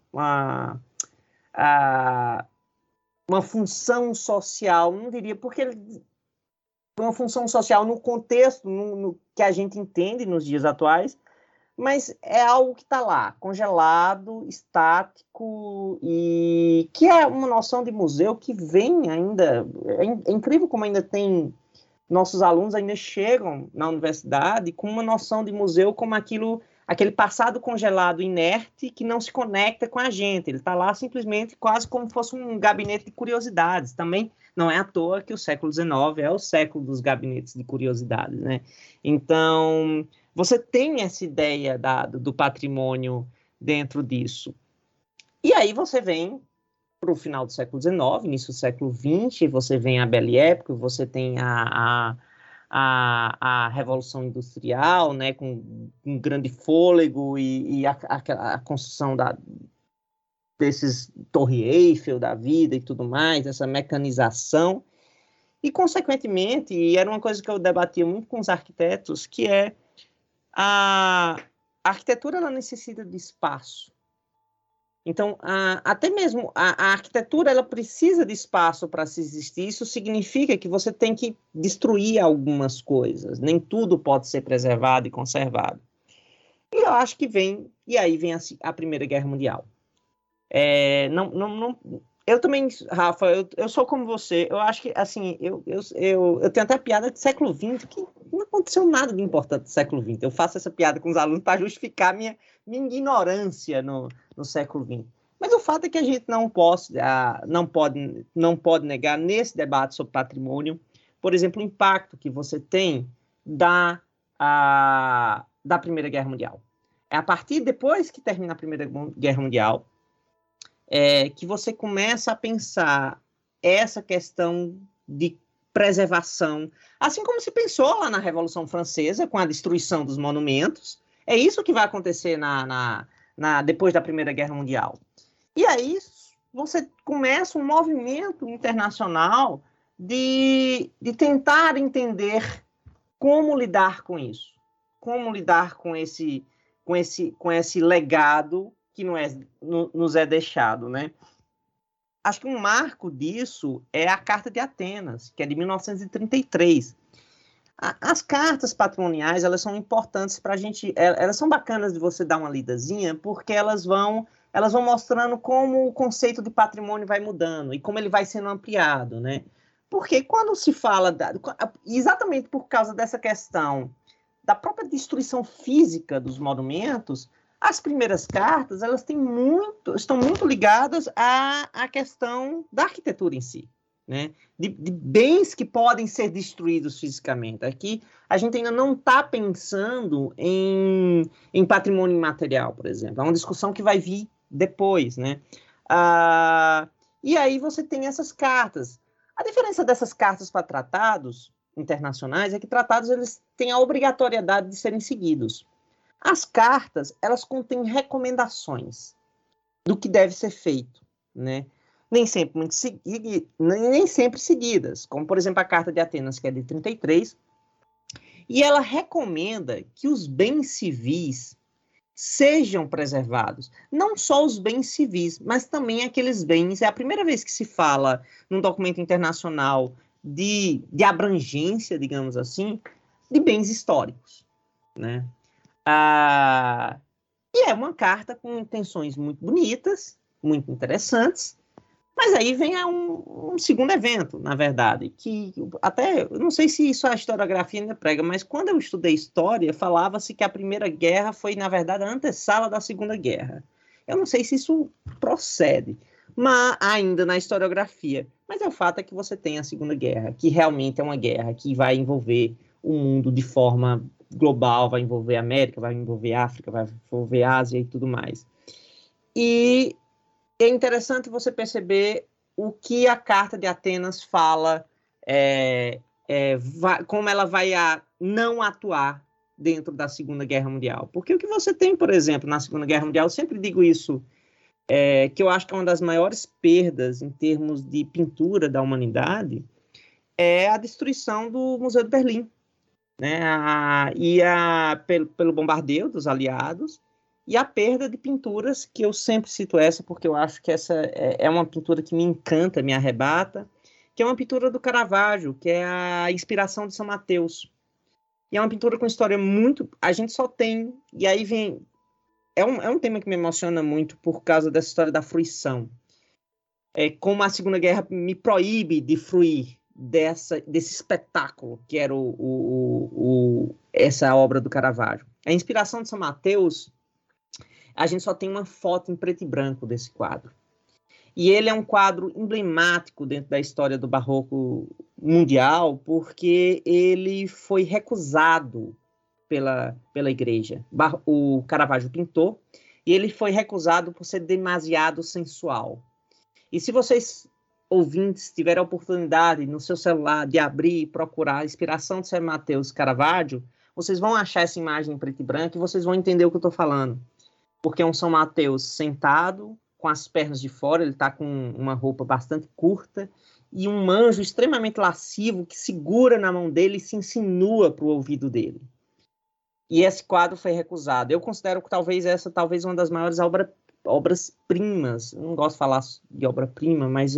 função social, não diria, porque ele uma função social no contexto no que a gente entende nos dias atuais, mas é algo que está lá, congelado, estático, e que é uma noção de museu que vem ainda... É incrível como ainda tem... Nossos alunos ainda chegam na universidade com uma noção de museu como aquele passado congelado, inerte, que não se conecta com a gente. Ele está lá simplesmente quase como se fosse um gabinete de curiosidades. Também não é à toa que o século XIX é o século dos gabinetes de curiosidades, né? Então... Você tem essa ideia do patrimônio dentro disso. E aí você vem para o final do século XIX, início do século XX, você vem a Belle Époque, você tem a Revolução Industrial, né, com um grande fôlego e a construção desses Torre Eiffel da vida e tudo mais, essa mecanização. E, consequentemente, e era uma coisa que eu debatia muito com os arquitetos, que a arquitetura ela necessita de espaço. Então, até mesmo a arquitetura ela precisa de espaço para se existir. Isso significa que você tem que destruir algumas coisas. Nem tudo pode ser preservado e conservado. E eu acho que aí vem a Primeira Guerra Mundial. Eu também, Rafa, eu sou como você. Eu acho que, assim, eu tenho até piada de século XX, que não aconteceu nada de importante no século XX. Eu faço essa piada com os alunos para justificar minha ignorância no século XX. Mas o fato é que a gente não pode negar nesse debate sobre patrimônio, por exemplo, o impacto que você tem da Primeira Guerra Mundial. É a partir depois que termina a Primeira Guerra Mundial que você começa a pensar essa questão de preservação, assim como se pensou lá na Revolução Francesa, com a destruição dos monumentos. É isso que vai acontecer depois da Primeira Guerra Mundial. E aí você começa um movimento internacional de tentar entender como lidar com isso, como lidar com esse legado que nos é deixado, né? Acho que um marco disso é a Carta de Atenas, que é de 1933. As cartas patrimoniais, elas são importantes para a gente, elas são bacanas de você dar uma lidazinha, porque elas vão mostrando como o conceito de patrimônio vai mudando e como ele vai sendo ampliado, né? Porque quando se fala, exatamente por causa dessa questão da própria destruição física dos monumentos, as primeiras cartas, elas estão muito ligadas à questão da arquitetura em si, né? De bens que podem ser destruídos fisicamente. Aqui, a gente ainda não está pensando em patrimônio imaterial, por exemplo. É uma discussão que vai vir depois, né? E aí você tem essas cartas. A diferença dessas cartas para tratados internacionais é que tratados eles têm a obrigatoriedade de serem seguidos. As cartas, elas contêm recomendações do que deve ser feito, né? Nem sempre seguidas, como, por exemplo, a Carta de Atenas, que é de 33, e ela recomenda que os bens civis sejam preservados. Não só os bens civis, mas também aqueles bens... É a primeira vez que se fala num documento internacional de abrangência, digamos assim, de bens históricos, né? E é uma carta com intenções muito bonitas, muito interessantes, mas aí vem um segundo evento, na verdade, que até, eu não sei se isso a historiografia ainda prega, mas quando eu estudei história, falava-se que a Primeira Guerra foi, na verdade, a antessala da Segunda Guerra. Eu não sei se isso procede, mas ainda na historiografia. Mas o fato é que você tem a Segunda Guerra, que realmente é uma guerra que vai envolver o mundo de forma global, vai envolver a América, vai envolver a África, vai envolver a Ásia e tudo mais. E é interessante você perceber o que a Carta de Atenas fala, como ela vai não atuar dentro da Segunda Guerra Mundial. Porque o que você tem, por exemplo, na Segunda Guerra Mundial, eu sempre digo isso, que eu acho que é uma das maiores perdas em termos de pintura da humanidade, é a destruição do Museu de Berlim, né? Pelo bombardeio dos aliados, e a perda de pinturas, que eu sempre cito essa, porque eu acho que essa é uma pintura que me encanta, me arrebata, que é uma pintura do Caravaggio, que é a Inspiração de São Mateus. E é uma pintura com história muito... A gente só tem... E aí vem... É um tema que me emociona muito por causa dessa história da fruição. Como a Segunda Guerra me proíbe de fruir desse espetáculo que era essa obra do Caravaggio. A Inspiração de São Mateus, a gente só tem uma foto em preto e branco desse quadro. E ele é um quadro emblemático dentro da história do barroco mundial, porque ele foi recusado pela igreja. O Caravaggio pintou, e ele foi recusado por ser demasiado sensual. E se vocês, ouvintes, tiverem a oportunidade no seu celular de abrir e procurar a Inspiração de São Mateus Caravaggio, vocês vão achar essa imagem em preto e branco e vocês vão entender o que eu estou falando. Porque é um São Mateus sentado, com as pernas de fora, ele está com uma roupa bastante curta, e um anjo extremamente lascivo que segura na mão dele e se insinua para o ouvido dele. E esse quadro foi recusado. Eu considero que talvez uma das maiores obras-primas, não gosto de falar de obra-prima, mas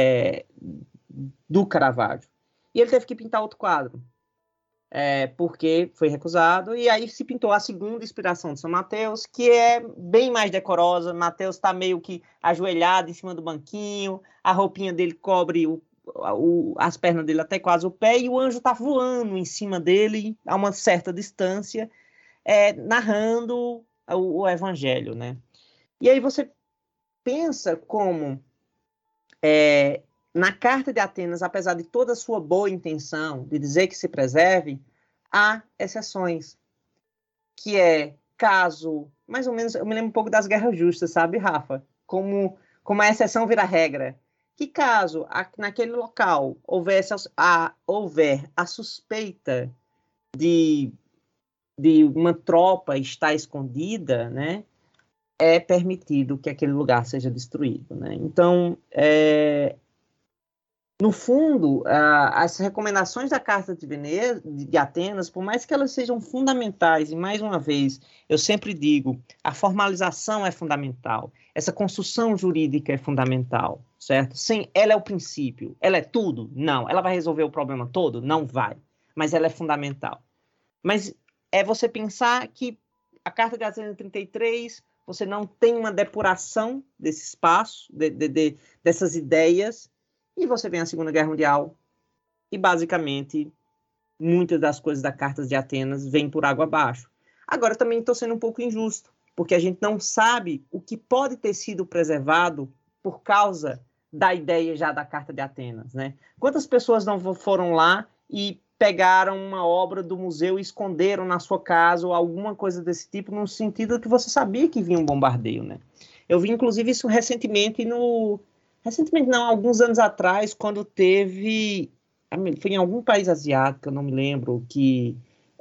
do Caravaggio. E ele teve que pintar outro quadro, porque foi recusado, e aí se pintou a segunda inspiração de São Mateus, que é bem mais decorosa. Mateus está meio que ajoelhado em cima do banquinho, a roupinha dele cobre as pernas dele até quase o pé, e o anjo está voando em cima dele a uma certa distância, narrando o evangelho, né? E aí você pensa como na Carta de Atenas, apesar de toda a sua boa intenção de dizer que se preserve, há exceções, que caso, mais ou menos, eu me lembro um pouco das guerras justas, sabe, Rafa? Como a exceção vira regra. Que caso naquele local houver a suspeita de uma tropa estar escondida, né, é permitido que aquele lugar seja destruído, né? Então, no fundo, as recomendações da Carta de Atenas, por mais que elas sejam fundamentais, e mais uma vez, eu sempre digo, a formalização é fundamental, essa construção jurídica é fundamental, certo? Ela é o princípio, ela é tudo? Não. Ela vai resolver o problema todo? Não vai. Mas ela é fundamental. Mas é você pensar que a Carta de Atenas 33, você não tem uma depuração desse espaço, dessas ideias, e você vem a Segunda Guerra Mundial, e basicamente muitas das coisas da Carta de Atenas vêm por água abaixo. Agora também estou sendo um pouco injusto, porque a gente não sabe o que pode ter sido preservado por causa da ideia já da Carta de Atenas, né? Quantas pessoas não foram lá e pegaram uma obra do museu e esconderam na sua casa ou alguma coisa desse tipo, no sentido que você sabia que vinha um bombardeio, né? Eu vi, inclusive, isso recentemente não, alguns anos atrás, quando foi em algum país asiático, eu não me lembro, que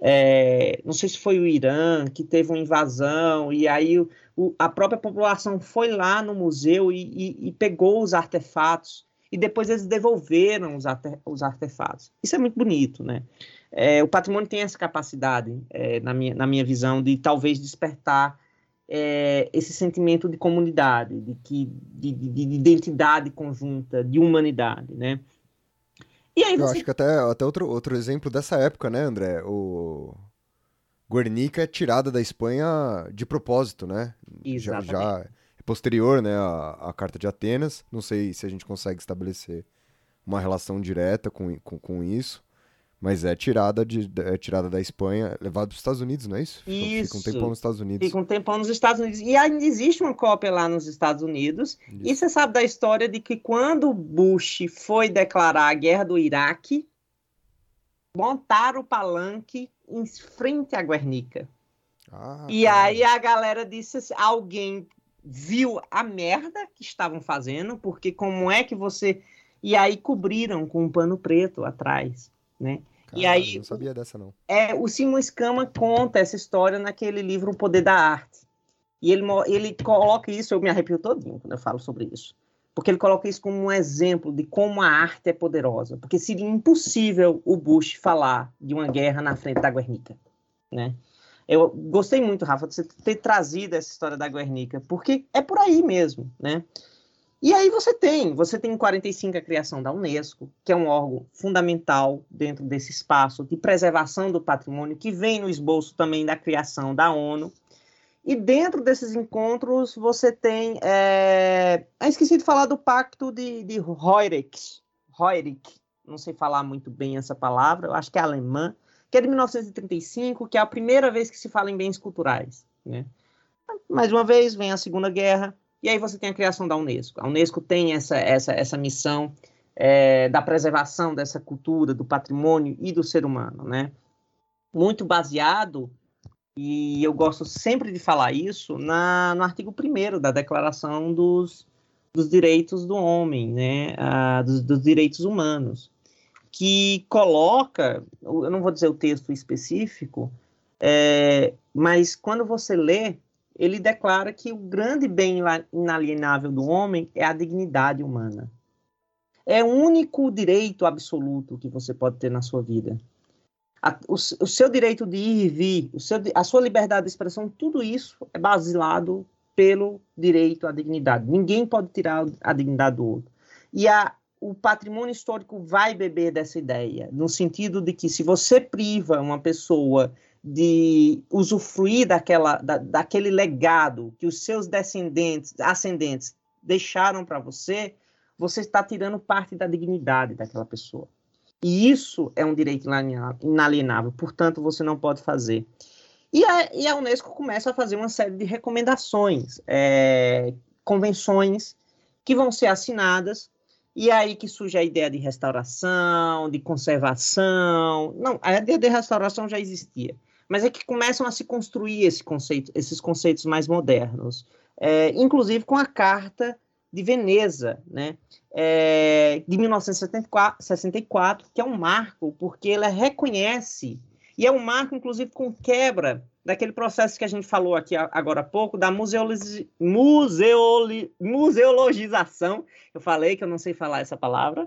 não sei se foi o Irã, que teve uma invasão, e aí a própria população foi lá no museu e pegou os artefatos, e depois eles devolveram os artefatos. Isso é muito bonito, né? O patrimônio tem essa capacidade, na minha visão, de talvez despertar esse sentimento de comunidade, de identidade conjunta, de humanidade, né? E aí Eu acho que até outro exemplo dessa época, né, André? O Guernica é tirada da Espanha de propósito, né? Exatamente. Já é posterior, né, à Carta de Atenas. Não sei se a gente consegue estabelecer uma relação direta com isso, mas é tirada da Espanha, levado para os Estados Unidos, não é isso? Isso. Fica um tempão nos Estados Unidos. Fica um tempão nos Estados Unidos. E ainda existe uma cópia lá nos Estados Unidos. Isso. E você sabe da história de que quando Bush foi declarar a guerra do Iraque, montaram o palanque em frente à Guernica. E aí a galera disse assim, alguém viu a merda que estavam fazendo, porque como é que você... E aí cobriram com um pano preto atrás, né? Caramba, e aí, não sabia dessa, não. O Simon Escama conta essa história naquele livro O Poder da Arte. E ele coloca isso, eu me arrepio todinho quando eu falo sobre isso. Porque ele coloca isso como um exemplo de como a arte é poderosa. Porque seria impossível o Bush falar de uma guerra na frente da Guernica, né? Eu gostei muito, Rafa, de você ter trazido essa história da Guernica, porque é por aí mesmo, né? E aí você tem em 45 a criação da Unesco, que é um órgão fundamental dentro desse espaço de preservação do patrimônio, que vem no esboço também da criação da ONU. E dentro desses encontros você tem... esqueci de falar do Pacto de Heurich, não sei falar muito bem essa palavra, eu acho que é alemã, que é de 1935, que é a primeira vez que se fala em bens culturais, né? Mais uma vez, vem a Segunda Guerra, e aí você tem a criação da Unesco. A Unesco tem essa missão da preservação dessa cultura, do patrimônio e do ser humano, né? Muito baseado, e eu gosto sempre de falar isso, no artigo 1º da Declaração dos Direitos do Homem, né? Dos direitos humanos, que coloca, eu não vou dizer o texto específico, mas quando você lê, ele declara que o grande bem inalienável do homem é a dignidade humana. É o único direito absoluto que você pode ter na sua vida. O seu direito de ir e vir, a sua liberdade de expressão, tudo isso é baseado pelo direito à dignidade. Ninguém pode tirar a dignidade do outro. E o patrimônio histórico vai beber dessa ideia, no sentido de que se você priva uma pessoa de usufruir daquele legado que os seus ascendentes deixaram para você, você está tirando parte da dignidade daquela pessoa. E isso é um direito inalienável, portanto, você não pode fazer. E a Unesco começa a fazer uma série de recomendações, convenções que vão ser assinadas, e aí que surge a ideia de restauração, de conservação. Não, a ideia de restauração já existia, mas é que começam a se construir esses conceitos mais modernos, inclusive com a Carta de Veneza, né, de 1964, que é um marco, porque ela reconhece, e é um marco, inclusive, com quebra daquele processo que a gente falou aqui agora há pouco, da museologização, eu falei que eu não sei falar essa palavra,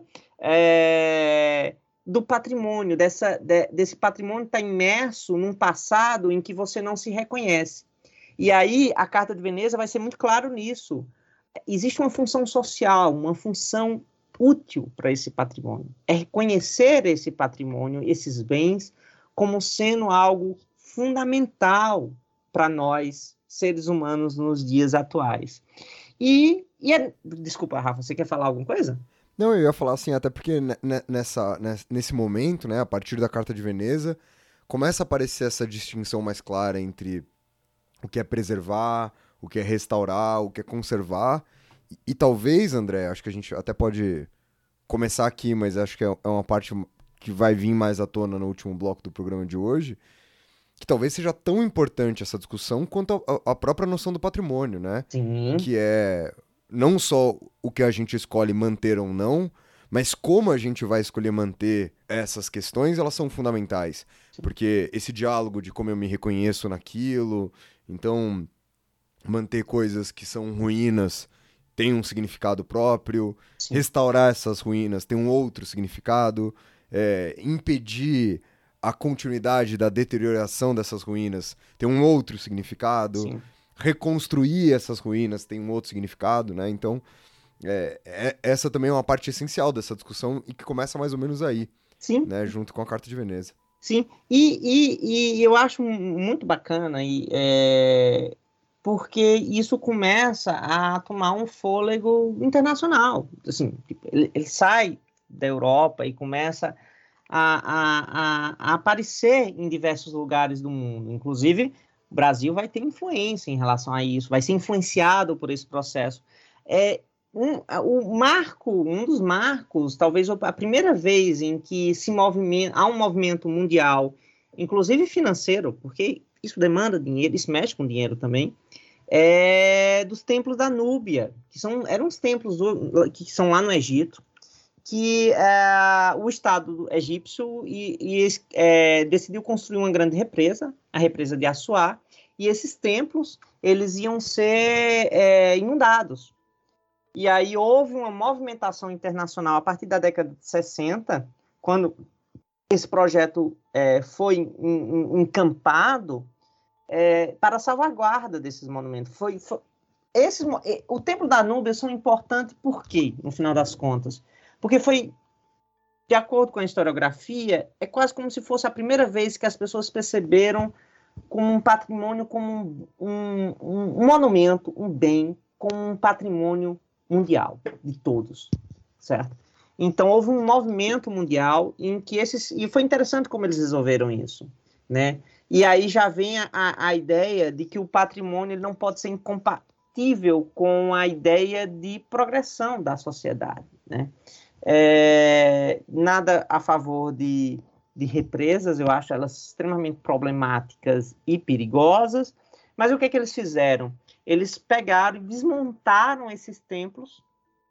do patrimônio, desse patrimônio está imerso num passado em que você não se reconhece. E aí a Carta de Veneza vai ser muito claro nisso. Existe uma função social, uma função útil para esse patrimônio. É reconhecer esse patrimônio, esses bens, como sendo algo fundamental para nós, seres humanos, nos dias atuais. Desculpa, Rafa, você quer falar alguma coisa? Não, eu ia falar assim, até porque nesse momento, né, a partir da Carta de Veneza, começa a aparecer essa distinção mais clara entre o que é preservar, o que é restaurar, o que é conservar. E talvez, André, acho que a gente até pode começar aqui, mas acho que é uma parte que vai vir mais à tona no último bloco do programa de hoje, que talvez seja tão importante essa discussão quanto a própria noção do patrimônio, né? Sim. Que é não só o que a gente escolhe manter ou não, mas como a gente vai escolher manter essas questões, elas são fundamentais. Sim. Porque esse diálogo de como eu me reconheço naquilo, então manter coisas que são ruínas tem um significado próprio, sim, restaurar essas ruínas tem um outro significado, impedir a continuidade da deterioração dessas ruínas tem um outro significado, sim, reconstruir essas ruínas tem um outro significado, né? Então, essa também é uma parte essencial dessa discussão e que começa mais ou menos aí, sim, né? Junto com a Carta de Veneza. Sim, e eu acho muito bacana, porque isso começa a tomar um fôlego internacional. Assim, ele sai da Europa e começa a aparecer em diversos lugares do mundo. Inclusive, o Brasil vai ter influência em relação a isso, vai ser influenciado por esse processo. Um dos marcos, talvez a primeira vez em que há um movimento mundial, inclusive financeiro, porque isso demanda dinheiro, isso mexe com dinheiro também, dos templos da Núbia, eram os templos que são lá no Egito, que o Estado egípcio decidiu construir uma grande represa, a represa de Assuá, e esses templos eles iam ser inundados. E aí houve uma movimentação internacional a partir da década de 60, quando esse projeto foi encampado para a salvaguarda desses monumentos. O Templo da Núbia são importantes por quê, no final das contas? Porque foi, de acordo com a historiografia, é quase como se fosse a primeira vez que as pessoas perceberam como um patrimônio, como um monumento, um bem, como um patrimônio mundial, de todos, certo? Então, houve um movimento mundial em que e foi interessante como eles resolveram isso, né? E aí já vem a ideia de que o patrimônio ele não pode ser incompatível com a ideia de progressão da sociedade, né? Nada a favor de represas, eu acho elas extremamente problemáticas e perigosas, mas o que eles fizeram? Eles pegaram e desmontaram esses templos,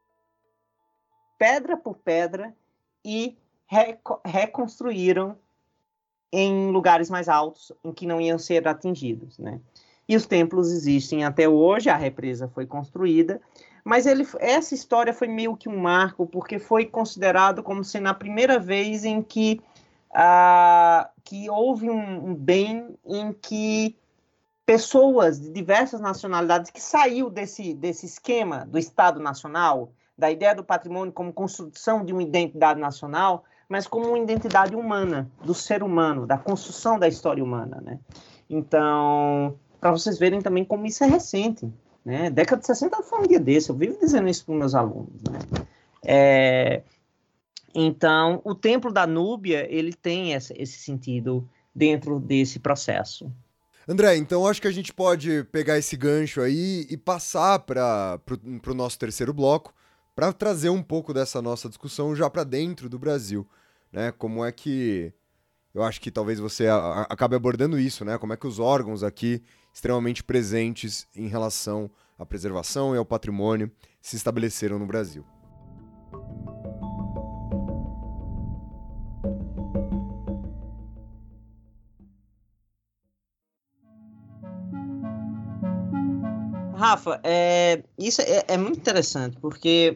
pedra por pedra, e reconstruíram em lugares mais altos, em que não iam ser atingidos, né? E os templos existem até hoje, a represa foi construída, mas essa história foi meio que um marco, porque foi considerado como sendo a primeira vez em que que houve um bem em que pessoas de diversas nacionalidades que saiu desse esquema do Estado Nacional, da ideia do patrimônio como construção de uma identidade nacional, mas como uma identidade humana, do ser humano, da construção da história humana, né? Então, para vocês verem também como isso é recente, né? Década de 60 foi um dia desse, eu vivo dizendo isso para os meus alunos, né? Então, o Templo da Núbia, ele tem esse sentido dentro desse processo. André, então acho que a gente pode pegar esse gancho aí e passar para o nosso terceiro bloco, para trazer um pouco dessa nossa discussão já para dentro do Brasil, né? Como é que... Eu acho que talvez você acabe abordando isso, né? Como é que os órgãos aqui, extremamente presentes em relação à preservação e ao patrimônio, se estabeleceram no Brasil. Rafa, isso é muito interessante, porque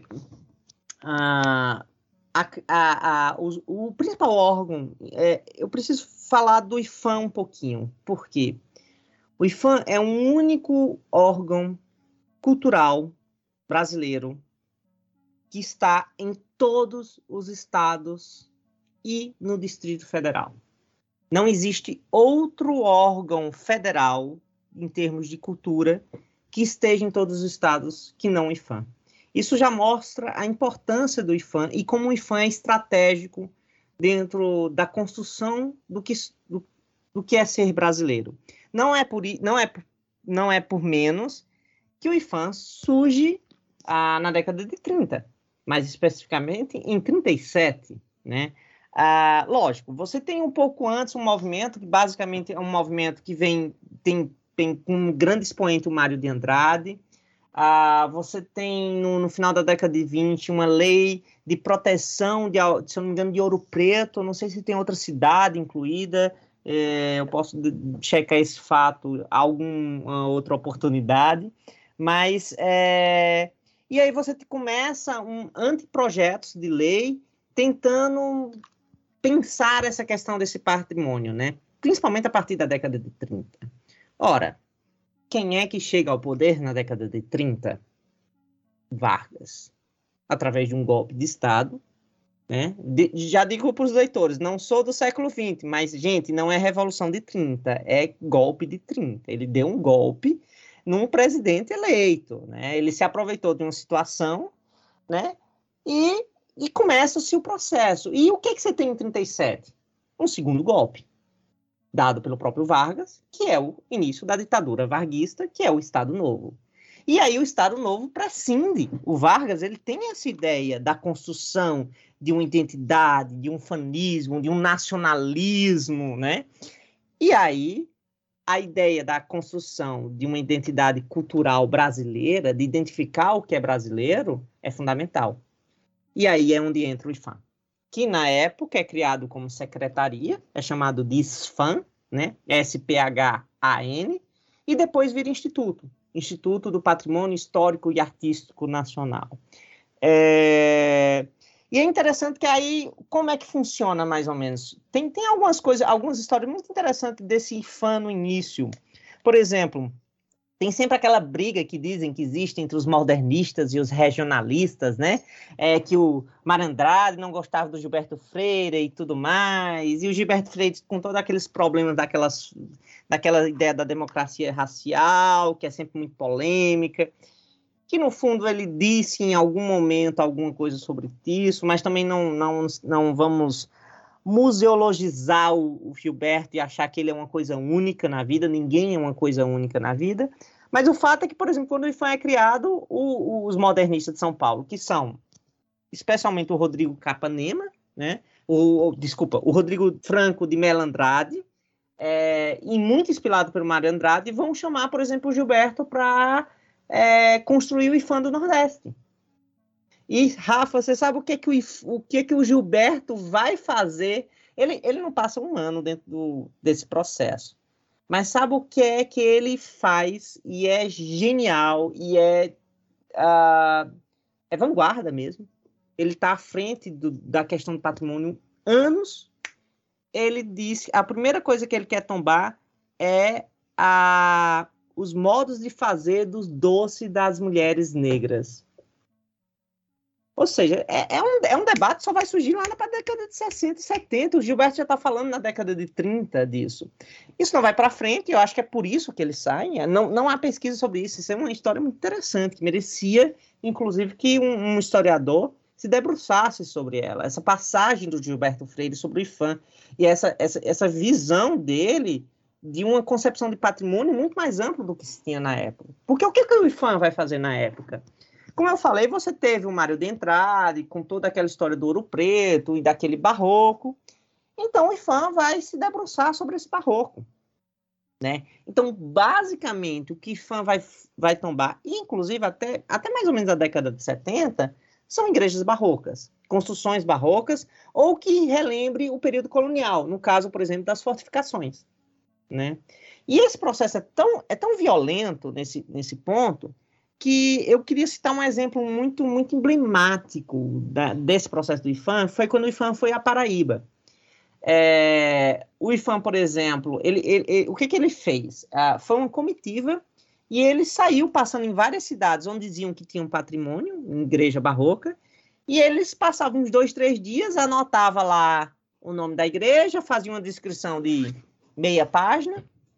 o principal órgão, eu preciso falar do IPHAN um pouquinho, porque o IPHAN é um único órgão cultural brasileiro que está em todos os estados e no Distrito Federal. Não existe outro órgão federal, em termos de cultura, que esteja em todos os estados que não o IPHAN. Isso já mostra a importância do IPHAN e como o IPHAN é estratégico dentro da construção do que é ser brasileiro. Não é por menos que o IPHAN surge na década de 30, mais especificamente em 37, né? Lógico, você tem um pouco antes um movimento que basicamente é um movimento que tem um grande expoente, o Mário de Andrade. Você tem, no final da década de 20, uma lei de proteção, se eu não me engano, de Ouro Preto. Não sei se tem outra cidade incluída. Eu posso checar esse fato alguma outra oportunidade. Mas, e aí você começa anteprojetos de lei tentando pensar essa questão desse patrimônio, né? Principalmente a partir da década de 30. Ora, quem é que chega ao poder na década de 30? Vargas. Através de um golpe de Estado, né? Já digo para os leitores, não sou do século XX, mas, gente, não é Revolução de 30, é golpe de 30. Ele deu um golpe num presidente eleito, né? Ele se aproveitou de uma situação, né? E começa-se o processo. E o que você tem em 37? Um segundo golpe, dado pelo próprio Vargas, que é o início da ditadura varguista, que é o Estado Novo. E aí o Estado Novo prescinde. O Vargas, ele tem essa ideia da construção de uma identidade, de um fanismo, de um nacionalismo, né? E aí a ideia da construção de uma identidade cultural brasileira, de identificar o que é brasileiro, é fundamental. E aí é onde entra o IPHAN, que na época é criado como secretaria, é chamado de SPHAN, né? SPHAN, e depois vira Instituto do Patrimônio Histórico e Artístico Nacional. E é interessante que aí, como é que funciona mais ou menos? Tem algumas histórias muito interessantes desse IPHAN no início. Por exemplo, tem sempre aquela briga que dizem que existe entre os modernistas e os regionalistas, né? Que o Mário Andrade não gostava do Gilberto Freire e tudo mais, e o Gilberto Freire com todos aqueles problemas daquela ideia da democracia racial, que é sempre muito polêmica, que no fundo ele disse em algum momento alguma coisa sobre isso, mas também não vamos museologizar o Gilberto e achar que ele é uma coisa única na vida. Ninguém é uma coisa única na vida. Mas o fato é que, por exemplo, quando o IPHAN é criado, os modernistas de São Paulo, que são especialmente o Rodrigo Capanema, né? o Rodrigo Franco de Melo Andrade, e muito inspirado pelo Mário Andrade, vão chamar, por exemplo, o Gilberto para construir o IPHAN do Nordeste. E, Rafa, você sabe o que o Gilberto vai fazer? Ele não passa um ano dentro desse processo. Mas sabe o que é que ele faz? E é genial, e é vanguarda mesmo. Ele está à frente da questão do patrimônio anos, ele diz, a primeira coisa que ele quer tombar é os modos de fazer dos doces das mulheres negras. Ou seja, é um debate que só vai surgir lá na década de 60 e 70. O Gilberto já está falando na década de 30 disso. Isso não vai para frente, eu acho que é por isso que eles saem. Não há pesquisa sobre isso. Isso é uma história muito interessante, que merecia, inclusive, que um historiador se debruçasse sobre ela. Essa passagem do Gilberto Freire sobre o IPHAN e essa visão dele de uma concepção de patrimônio muito mais ampla do que se tinha na época. Porque o que o IPHAN vai fazer na época? Como eu falei, você teve o Mário de Andrade, com toda aquela história do Ouro Preto e daquele barroco. Então, o IPHAN vai se debruçar sobre esse barroco, né? Então, basicamente, o que o IPHAN vai tombar, inclusive até mais ou menos a década de 70, são igrejas barrocas, construções barrocas, ou que relembre o período colonial, no caso, por exemplo, das fortificações, né? E esse processo é tão violento nesse ponto, que eu queria citar um exemplo muito, muito emblemático desse processo do IPHAN, foi quando o IPHAN foi à Paraíba. O IPHAN, por exemplo, o que ele fez? Foi uma comitiva e ele saiu passando em várias cidades onde diziam que tinham patrimônio, em igreja barroca, e eles passavam uns 2, 3 dias, anotava lá o nome da igreja, fazia uma descrição de meia página,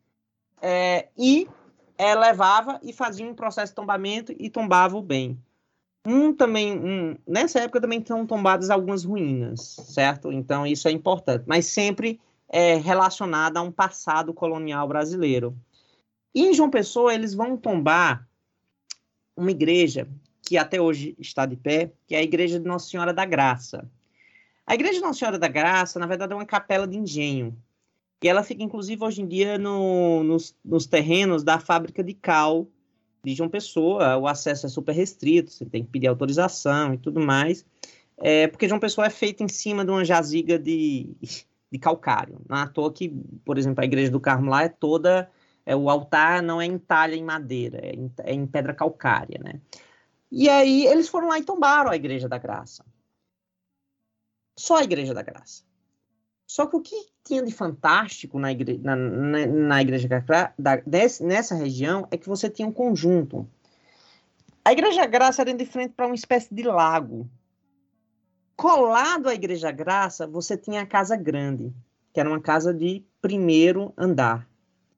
levava e fazia um processo de tombamento e tombava o bem. Nessa época também estão tombadas algumas ruínas, certo? Então isso é importante, mas sempre relacionado a um passado colonial brasileiro. E em João Pessoa eles vão tombar uma igreja que até hoje está de pé, que é a Igreja de Nossa Senhora da Graça. A Igreja de Nossa Senhora da Graça, na verdade, é uma capela de engenho. E ela fica, inclusive, hoje em dia nos terrenos da fábrica de cal de João Pessoa. O acesso é super restrito, você tem que pedir autorização e tudo mais, porque João Pessoa é feita em cima de uma jaziga de calcário. Não é à toa que, por exemplo, a Igreja do Carmo lá o altar não é em talha em madeira, é em pedra calcária, né? E aí eles foram lá e tombaram a Igreja da Graça. Só a Igreja da Graça. Só que o que tinha de fantástico na igreja nessa região é que você tinha um conjunto. A Igreja Graça era de frente para uma espécie de lago. Colado à Igreja Graça, você tinha a Casa Grande, que era uma casa de primeiro andar.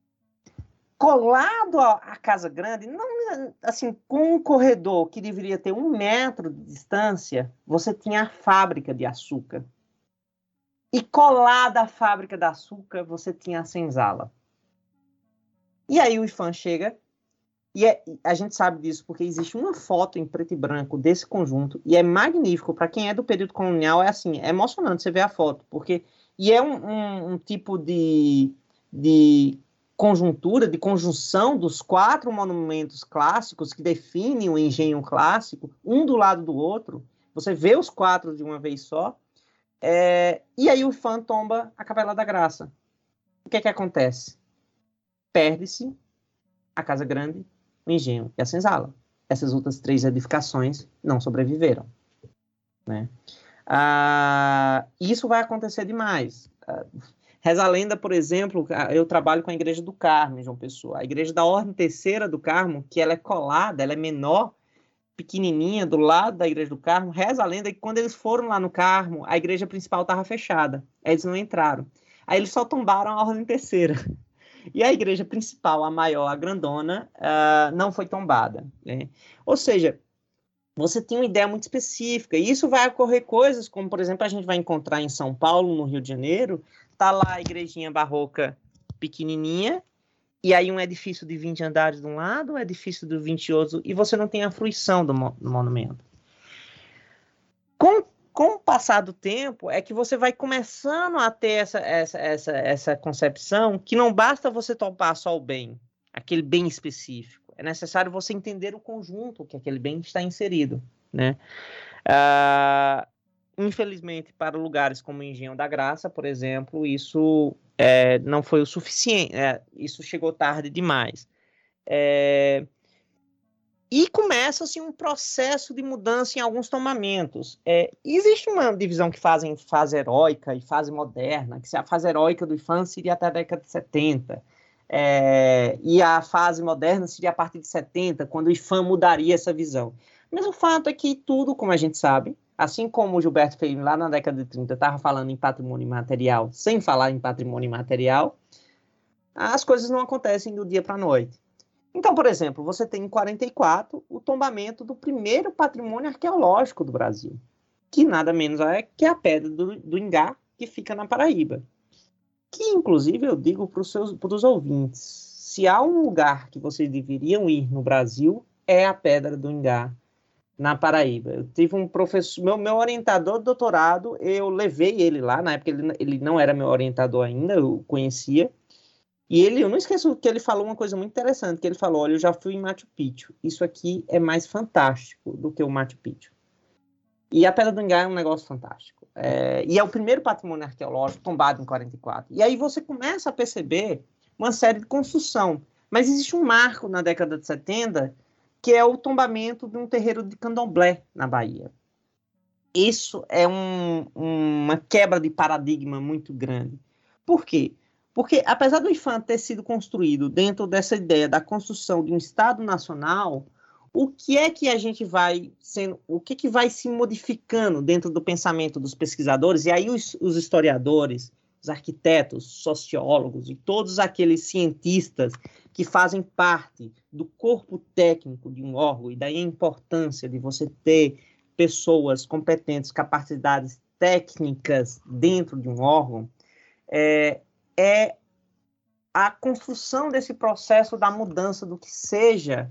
Colado à Casa Grande, não, assim, com um corredor que deveria ter 1 metro de distância, você tinha a fábrica de açúcar. E colada à fábrica de açúcar, você tinha a senzala. E aí o IPHAN chega, e a gente sabe disso porque existe uma foto em preto e branco desse conjunto, e é magnífico, para quem é do período colonial, é emocionante você ver a foto, porque é um tipo de conjuntura, de conjunção dos 4 monumentos clássicos que definem o engenho clássico, um do lado do outro, você vê os 4 de uma vez só. E aí o IPHAN tomba a Capela da Graça. O que acontece? Perde-se a Casa Grande, o engenho e a senzala. Essas outras 3 edificações não sobreviveram, né? Isso vai acontecer demais. Reza a lenda, por exemplo, eu trabalho com a Igreja do Carmo, em João Pessoa. A Igreja da Ordem Terceira do Carmo, que ela é colada, ela é menor, pequenininha, do lado da Igreja do Carmo. Reza a lenda que quando eles foram lá no Carmo, a igreja principal estava fechada. Aí eles não entraram. Aí eles só tombaram a Ordem Terceira. E a igreja principal, a maior, a grandona, não foi tombada, né? Ou seja, você tem uma ideia muito específica. E isso vai ocorrer coisas como, por exemplo, a gente vai encontrar em São Paulo, no Rio de Janeiro, tá lá a igrejinha barroca pequenininha, e aí um edifício de 20 andares de um lado, um edifício de 20 outro, e você não tem a fruição do monumento. Com o passar do tempo, é que você vai começando a ter essa concepção que não basta você topar só o bem, aquele bem específico. É necessário você entender o conjunto que aquele bem está inserido, né? Infelizmente, para lugares como o Engenho da Graça, por exemplo, isso não foi o suficiente. Isso chegou tarde demais. E começa-se um processo de mudança em alguns tombamentos. Existe uma divisão que fazem fase heróica e fase moderna, que a fase heróica do IPHAN seria até a década de 70, e a fase moderna seria a partir de 70, quando o IPHAN mudaria essa visão. Mas o fato é que tudo, como a gente sabe, assim como o Gilberto Freire lá na década de 30 estava falando em patrimônio imaterial, sem falar em patrimônio imaterial, as coisas não acontecem do dia para a noite. Então, por exemplo, você tem em 44 o tombamento do primeiro patrimônio arqueológico do Brasil, que nada menos é que a Pedra do Ingá, que fica na Paraíba. Que, inclusive, eu digo para os ouvintes, se há um lugar que vocês deveriam ir no Brasil, é a Pedra do Ingá, na Paraíba. Eu tive um professor, meu orientador de doutorado, eu levei ele lá, na época ele não era meu orientador ainda, eu conhecia, e eu não esqueço que ele falou uma coisa muito interessante, que ele falou, olha, eu já fui em Machu Picchu, isso aqui é mais fantástico do que o Machu Picchu. E a Pedra do Ingá é um negócio fantástico. E é o primeiro patrimônio arqueológico tombado em 44. E aí você começa a perceber uma série de construção. Mas existe um marco na década de 70, que é o tombamento de um terreiro de candomblé na Bahia. Isso é uma quebra de paradigma muito grande. Por quê? Porque, apesar do IPHAN ter sido construído dentro dessa ideia da construção de um Estado nacional, o que é que a gente vai sendo, o que vai se modificando dentro do pensamento dos pesquisadores, e aí os historiadores, os arquitetos, sociólogos e todos aqueles cientistas que fazem parte do corpo técnico de um órgão, e daí a importância de você ter pessoas competentes, capacidades técnicas dentro de um órgão, é a construção desse processo da mudança do que seja,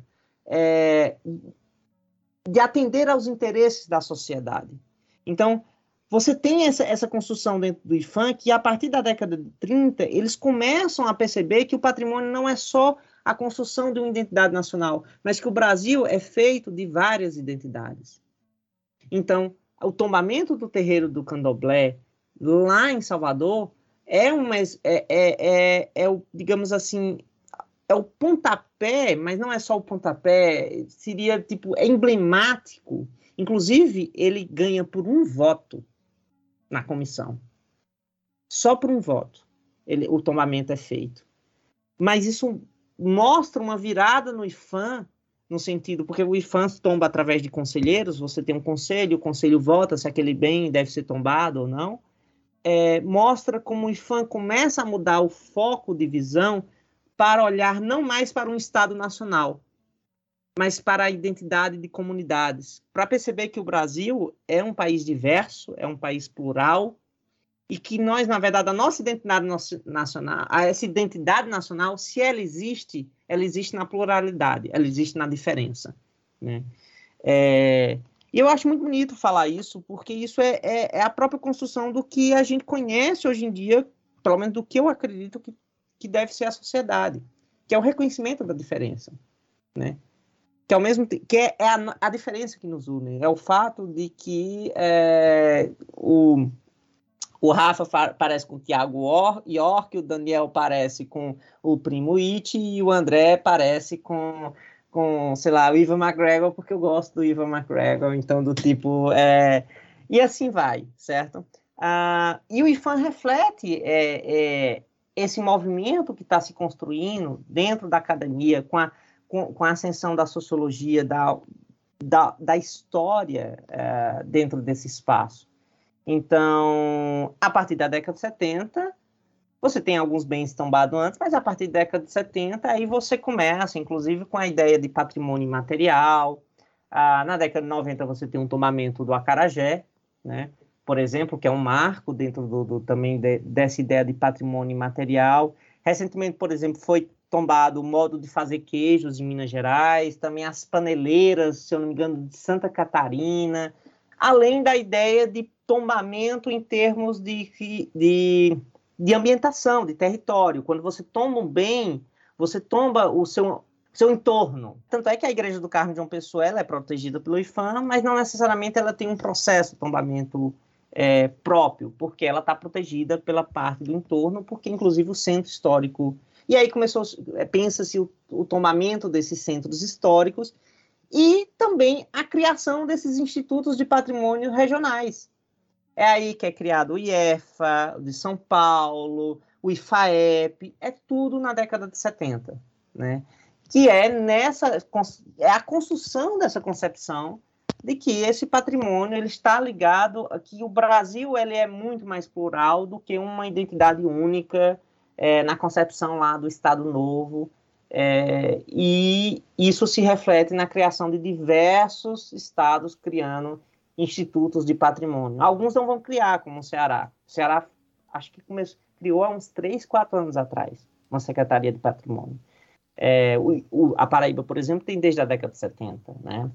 de atender aos interesses da sociedade. Então, você tem essa construção dentro do IPHAN que, a partir da década de 30, eles começam a perceber que o patrimônio não é só a construção de uma identidade nacional, mas que o Brasil é feito de várias identidades. Então, o tombamento do terreiro do Candomblé, lá em Salvador, digamos assim, é o pontapé, mas não é só o pontapé, seria emblemático. Inclusive, ele ganha por um voto na comissão. Só por um voto o tombamento é feito. Mas isso mostra uma virada no IPHAN, no sentido, porque o IPHAN tomba através de conselheiros, você tem um conselho, o conselho vota se aquele bem deve ser tombado ou não. Mostra como o IPHAN começa a mudar o foco de visão para olhar não mais para um Estado nacional, mas para a identidade de comunidades, para perceber que o Brasil é um país diverso, é um país plural, e que nós, na verdade, a nossa identidade nacional, essa identidade nacional, se ela existe na pluralidade, ela existe na diferença, né? E eu acho muito bonito falar isso, porque isso é a própria construção do que a gente conhece hoje em dia, pelo menos do que eu acredito que deve ser a sociedade, que é o reconhecimento da diferença, né? Que ao mesmo tempo, que é a diferença que nos une, é o fato de que o Rafa parece com o Thiago York, o Daniel parece com o Primo It, e o André parece com sei lá, o Ivan McGregor, porque eu gosto do Ivan McGregor, então do tipo, e assim vai, certo? E o IPHAN reflete esse movimento que está se construindo dentro da academia, com a ascensão da sociologia, da história dentro desse espaço. Então, a partir da década de 70, você tem alguns bens tombados antes, mas a partir da década de 70, aí você começa, inclusive, com a ideia de patrimônio imaterial. Na década de 90, você tem um tombamento do acarajé, né? Por exemplo, que é um marco dentro também dessa ideia de patrimônio imaterial. Recentemente, por exemplo, foi tombado o modo de fazer queijos em Minas Gerais, também as paneleiras, se eu não me engano, de Santa Catarina, além da ideia de tombamento em termos de ambientação, de território. Quando você tomba um bem, você tomba o seu entorno. Tanto é que a Igreja do Carmo de João Pessoa ela é protegida pelo IPHAN, mas não necessariamente ela tem um processo de tombamento próprio, porque ela está protegida pela parte do entorno, porque inclusive o centro histórico... E aí pensa-se o tombamento desses centros históricos, e também a criação desses institutos de patrimônio regionais. É aí que é criado o IEFA, de São Paulo, o IFAEP, é tudo na década de 70, né? Que é a construção dessa concepção de que esse patrimônio ele está ligado a que o Brasil ele é muito mais plural do que uma identidade única na concepção lá do Estado Novo, e isso se reflete na criação de diversos estados criando institutos de patrimônio. Alguns não vão criar, como o Ceará. O Ceará, acho que criou há uns 3, 4 anos atrás, uma Secretaria de Patrimônio. A Paraíba, por exemplo, tem desde a década de 70, né?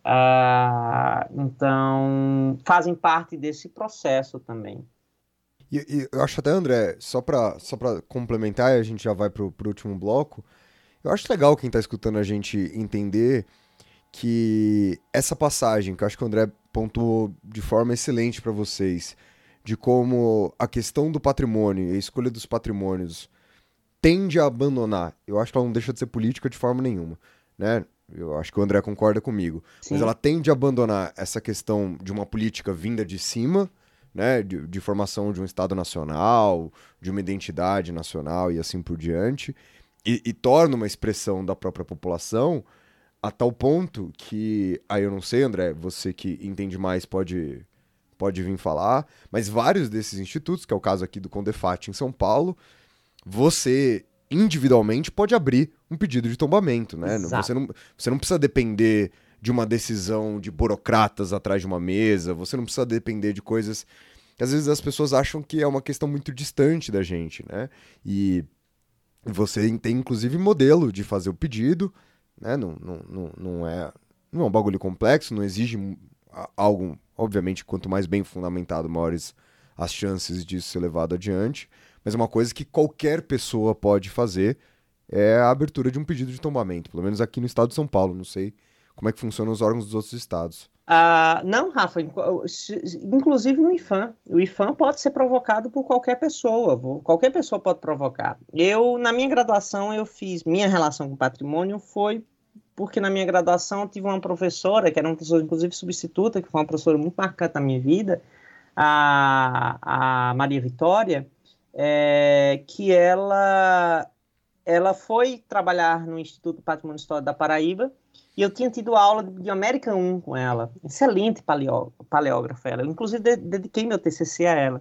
Então, fazem parte desse processo também. E eu acho até, André, só para complementar, e a gente já vai pro último bloco, eu acho legal quem está escutando a gente entender que essa passagem, que eu acho que o André pontuou de forma excelente para vocês, de como a questão do patrimônio, a escolha dos patrimônios, tende a abandonar. Eu acho que ela não deixa de ser política de forma nenhuma, né? Eu acho que o André concorda comigo. Sim. Mas ela tende a abandonar essa questão de uma política vinda de cima, né? De formação de um Estado nacional, de uma identidade nacional e assim por diante, e torna uma expressão da própria população a tal ponto que, aí eu não sei, André, você que entende mais pode vir falar, mas vários desses institutos, que é o caso aqui do Condefat em São Paulo, você individualmente pode abrir um pedido de tombamento, né? Você não precisa depender de uma decisão de burocratas atrás de uma mesa, você não precisa depender de coisas que às vezes as pessoas acham que é uma questão muito distante da gente, né? E você tem inclusive modelo de fazer o pedido, né? Não é um bagulho complexo, não exige algo, obviamente, quanto mais bem fundamentado, maiores as chances disso ser levado adiante, mas é uma coisa que qualquer pessoa pode fazer, é a abertura de um pedido de tombamento, pelo menos aqui no estado de São Paulo, não sei como é que funcionam os órgãos dos outros estados. Não, Rafa, inclusive no IPHAN. O IPHAN pode ser provocado por qualquer pessoa pode provocar. Na minha graduação, minha relação com patrimônio foi porque na minha graduação eu tive uma professora, que era uma professora, inclusive, substituta, que foi uma professora muito marcante na minha vida, a Maria Vitória, que ela foi trabalhar no Instituto Patrimônio Histórico da Paraíba, e eu tinha tido aula de América 1 com ela, excelente paleógrafa ela, eu inclusive dediquei meu TCC a ela,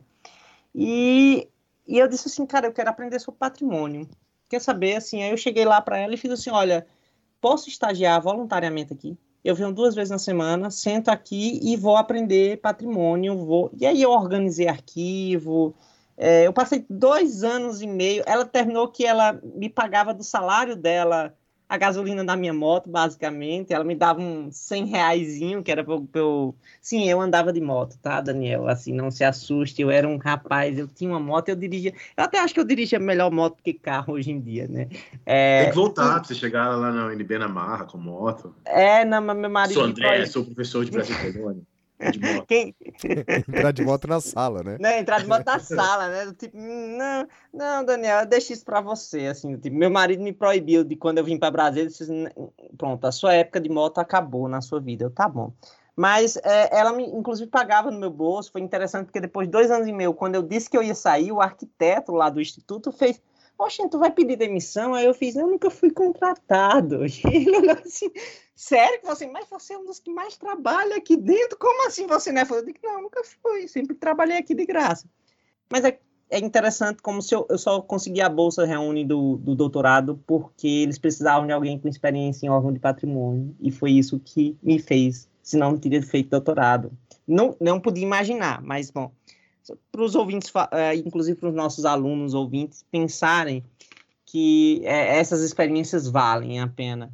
e eu disse assim, cara, eu quero aprender sobre patrimônio, quer saber, assim, aí eu cheguei lá para ela e fiz assim, olha, posso estagiar voluntariamente aqui? Eu venho 2 vezes na semana, sento aqui e vou aprender patrimônio, e aí eu organizei arquivo, eu passei 2 anos e meio, ela terminou que ela me pagava do salário dela a gasolina da minha moto, basicamente, ela me dava uns 100 reaisinho, que era pra eu... Sim, eu andava de moto, tá, Daniel? Assim, não se assuste, eu era um rapaz, eu tinha uma moto, eu até acho que eu dirigia melhor moto que carro hoje em dia, né? Tem que voltar pra você chegar lá na UNB na marra com moto. Não, mas meu marido... Sou André, sou professor de Brasil Colônia. De moto. Entrar de moto na sala, né? Não, entrar de moto na sala, né? Tipo, não, Daniel, eu deixo isso pra você, assim, tipo, meu marido me proibiu de quando eu vim pra Brasília, ele disse, pronto, a sua época de moto acabou na sua vida, tá bom. Mas ela me, inclusive, pagava no meu bolso, foi interessante porque depois de 2 anos e meio, quando eu disse que eu ia sair, o arquiteto lá do instituto fez, poxa, tu vai pedir demissão? Aí eu fiz, eu nunca fui contratado. E ele olhou assim, sério que você, mas você é um dos que mais trabalha aqui dentro? Como assim você não é? Eu disse, não, nunca fui, sempre trabalhei aqui de graça. Mas é interessante como se eu só consegui a bolsa Reúne do doutorado porque eles precisavam de alguém com experiência em órgão de patrimônio. E foi isso que me fez, senão não teria feito doutorado. Não podia imaginar, mas, bom, para os ouvintes, inclusive para os nossos alunos ouvintes, pensarem que essas experiências valem a pena.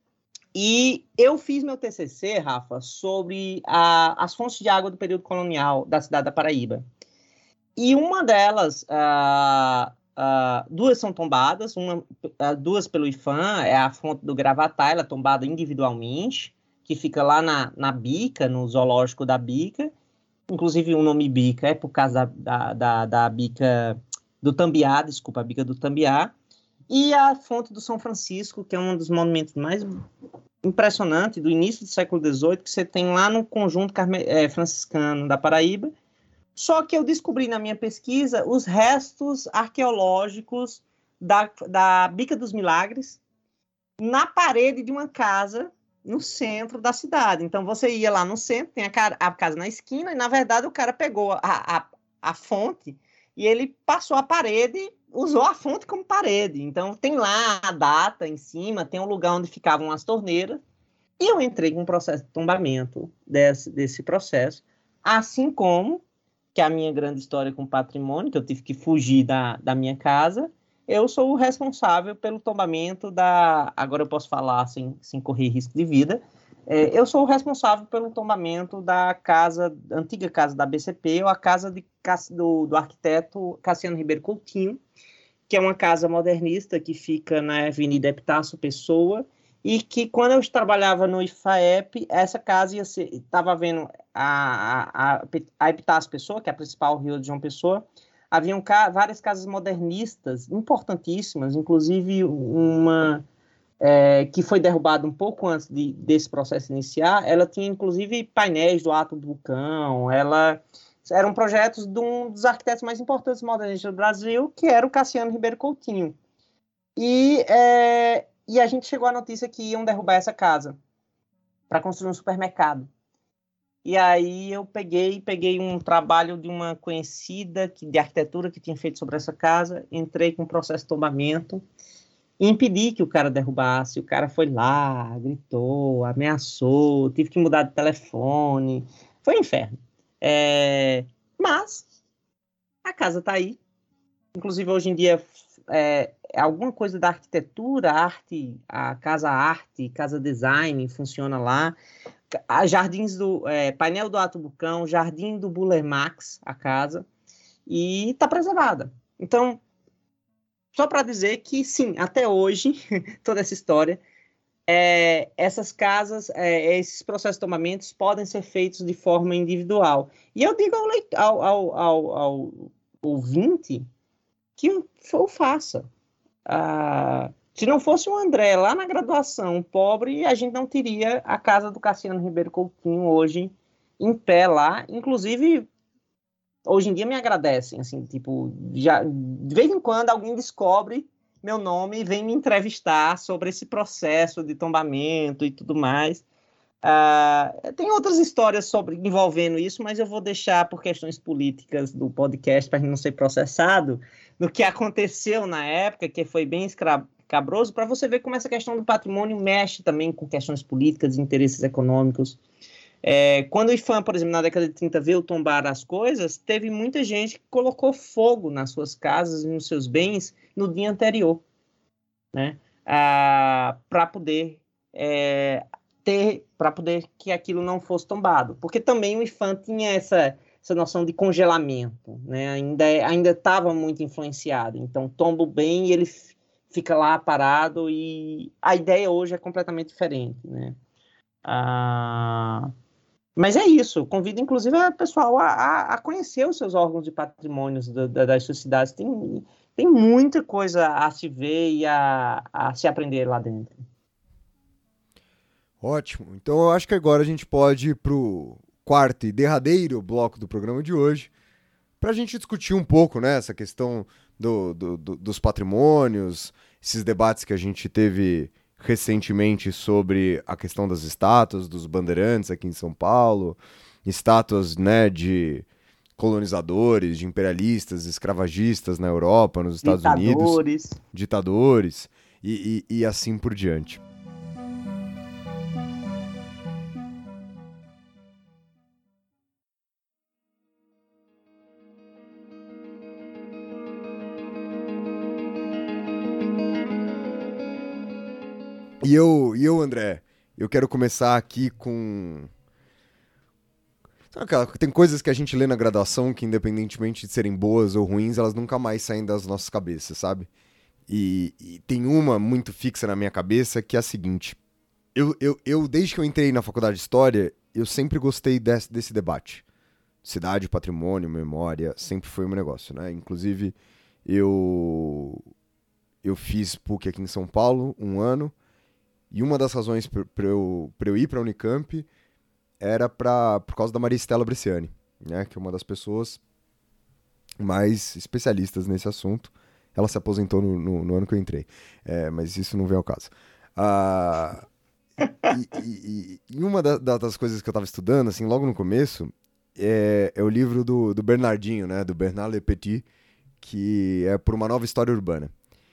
E eu fiz meu TCC, Rafa, sobre as fontes de água do período colonial da cidade da Paraíba. E uma delas, 2 são tombadas, 2 pelo IPHAN, é a fonte do Gravatá, ela é tombada individualmente, que fica lá na Bica, no zoológico da Bica. Inclusive o nome Bica é por causa da Bica do Tambiá, desculpa, a Bica do Tambiá. E a fonte do São Francisco, que é um dos monumentos mais impressionante do início do século XVIII que você tem lá no conjunto franciscano da Paraíba. Só que eu descobri na minha pesquisa os restos arqueológicos da Bica dos Milagres na parede de uma casa no centro da cidade. Então, você ia lá no centro, tem a casa na esquina, e, na verdade, o cara pegou a fonte e ele passou a parede, usou a fonte como parede. Então, tem lá a data em cima, tem um lugar onde ficavam as torneiras, e eu entrei com um processo de tombamento desse processo, assim como que a minha grande história com patrimônio, que eu tive que fugir da minha casa, eu sou o responsável pelo tombamento agora eu posso falar sem correr risco de vida, eu sou o responsável pelo tombamento da antiga casa da BCP, ou a casa do arquiteto Cassiano Ribeiro Coutinho, que é uma casa modernista que fica na Avenida Epitácio Pessoa, e que quando eu trabalhava no IFAEP, essa casa estava vendo a Epitácio Pessoa, que é a principal rio de João Pessoa. Haviam várias casas modernistas importantíssimas, inclusive uma que foi derrubada um pouco antes desse processo iniciar. Ela tinha, inclusive, painéis do Ato do Vulcão. Eram projetos de um dos arquitetos mais importantes modernistas do Brasil, que era o Cassiano Ribeiro Coutinho. E a gente chegou à notícia que iam derrubar essa casa para construir um supermercado. E aí eu peguei um trabalho de uma conhecida de arquitetura que tinha feito sobre essa casa, entrei com um processo de tombamento e impedi que o cara derrubasse. O cara foi lá, gritou, ameaçou, tive que mudar de telefone. Foi um inferno. Mas a casa está aí. Inclusive, hoje em dia, alguma coisa da arquitetura, arte, a casa design funciona lá. Jardins painel do Ato Bucão, jardim do Buller Max, a casa, e está preservada. Então, só para dizer que, sim, até hoje, toda essa história, essas casas, esses processos de tomamentos podem ser feitos de forma individual. E eu digo ao ouvinte que o faça. Se não fosse o André lá na graduação, pobre, a gente não teria a casa do Cassiano Ribeiro Coutinho hoje em pé lá. Inclusive, hoje em dia me agradecem, assim, tipo, de vez em quando alguém descobre meu nome e vem me entrevistar sobre esse processo de tombamento e tudo mais. Tem outras histórias envolvendo isso, mas eu vou deixar por questões políticas do podcast para a gente não ser processado no que aconteceu na época, que foi bem escabroso, para você ver como essa questão do patrimônio mexe também com questões políticas e interesses econômicos. Quando o IFAM, por exemplo, na década de 30 veio tombar as coisas, teve muita gente que colocou fogo nas suas casas e nos seus bens no dia anterior, né? Para poder que aquilo não fosse tombado. Porque também o IFAM tinha essa noção de congelamento, né? Ainda estava muito influenciado. Então, tomba o bem e ele fica lá parado, e a ideia hoje é completamente diferente, né? Mas é isso. Convido, inclusive, o pessoal a conhecer os seus órgãos de patrimônios das suas cidades. Tem muita coisa a se ver e a se aprender lá dentro. Ótimo. Então eu acho que agora a gente pode ir pro quarto e derradeiro bloco do programa de hoje, para a gente discutir um pouco, né, essa questão dos patrimônios, esses debates que a gente teve recentemente sobre a questão das estátuas dos bandeirantes aqui em São Paulo, estátuas, né, de colonizadores, de imperialistas, escravagistas na Europa, nos Estados Unidos, ditadores e assim por diante. E eu, André, eu quero começar aqui com... Tem coisas que a gente lê na graduação que, independentemente de serem boas ou ruins, elas nunca mais saem das nossas cabeças, sabe? E tem uma muito fixa na minha cabeça, que é a seguinte. Eu desde que eu entrei na faculdade de História, eu sempre gostei desse debate. Cidade, patrimônio, memória, sempre foi um negócio, né? Inclusive, eu fiz PUC aqui em São Paulo, 1 ano, E uma das razões para eu ir para a Unicamp era por causa da Maristela Bresciani, né, que é uma das pessoas mais especialistas nesse assunto. Ela se aposentou no ano que eu entrei, mas isso não vem ao caso. E uma das coisas que eu estava estudando, assim, logo no começo, é o livro do Bernardinho, né, do Bernard Lepetit, que é Por uma Nova História Urbana.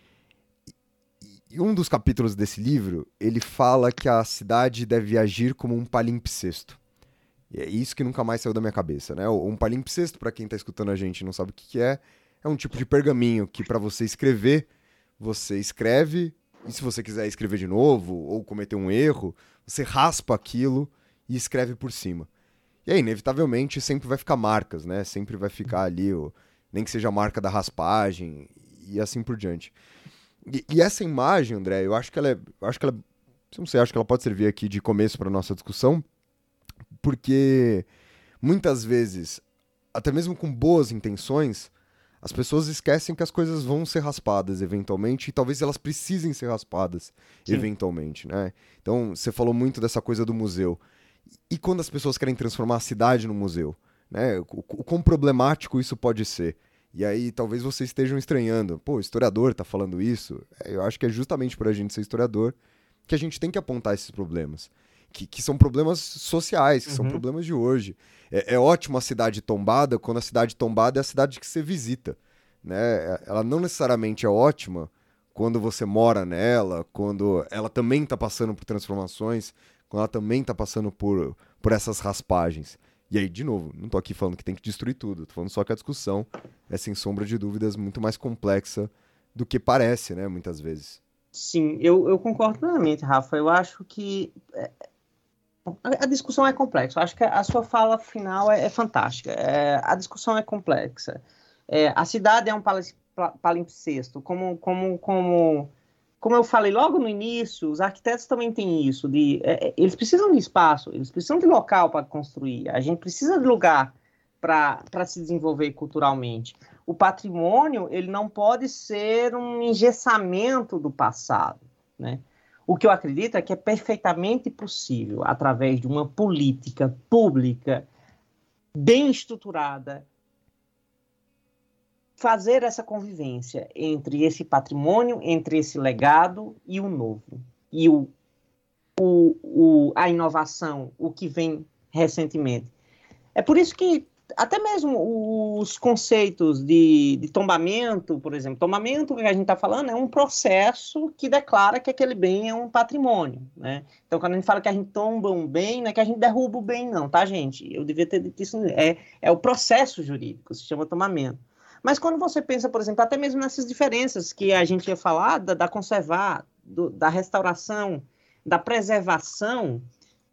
E um dos capítulos desse livro, ele fala que a cidade deve agir como um palimpsesto. E é isso que nunca mais saiu da minha cabeça, né? Um palimpsesto, para quem está escutando a gente e não sabe o que é um tipo de pergaminho que, para você escrever, você escreve, e se você quiser escrever de novo ou cometer um erro, você raspa aquilo e escreve por cima. E aí, inevitavelmente, sempre vai ficar marcas, né? Sempre vai ficar ali, nem que seja a marca da raspagem e assim por diante. E essa imagem, André, eu acho que ela, não sei, acho que ela pode servir aqui de começo para nossa discussão, porque muitas vezes, até mesmo com boas intenções, as pessoas esquecem que as coisas vão ser raspadas eventualmente e talvez elas precisem ser raspadas eventualmente, né? Então, você falou muito dessa coisa do museu. E quando as pessoas querem transformar a cidade num museu, né? O quão problemático isso pode ser? E aí talvez vocês estejam estranhando. Pô, o historiador tá falando isso? Eu acho que é justamente por a gente ser historiador que a gente tem que apontar esses problemas. Que são problemas sociais, que são problemas de hoje. É ótimo a cidade tombada quando a cidade tombada é a cidade que você visita, né? Ela não necessariamente é ótima quando você mora nela, quando ela também está passando por transformações, quando ela também está passando por essas raspagens. E aí, de novo, não estou aqui falando que tem que destruir tudo, estou falando só que a discussão é, sem sombra de dúvidas, muito mais complexa do que parece, né, muitas vezes. Sim, eu concordo plenamente, Rafa. Eu acho que a discussão é complexa. Eu acho que a sua fala final é fantástica. A discussão é complexa. A cidade é um palimpsesto. Como eu falei logo no início, os arquitetos também têm isso. Eles precisam de espaço, eles precisam de local para construir. A gente precisa de lugar para se desenvolver culturalmente. O patrimônio, ele não pode ser um engessamento do passado, né? O que eu acredito é que é perfeitamente possível, através de uma política pública bem estruturada, fazer essa convivência entre esse patrimônio, entre esse legado e o novo. E a inovação, o que vem recentemente. É por isso que até mesmo os conceitos de tombamento, por exemplo, tombamento que a gente está falando é um processo que declara que aquele bem é um patrimônio, né? Então, quando a gente fala que a gente tomba um bem, não é que a gente derruba o bem, não, tá, gente? Eu devia ter dito isso. É o processo jurídico, se chama tombamento. Mas quando você pensa, por exemplo, até mesmo nessas diferenças que a gente ia falar, da conservar, da restauração, da preservação,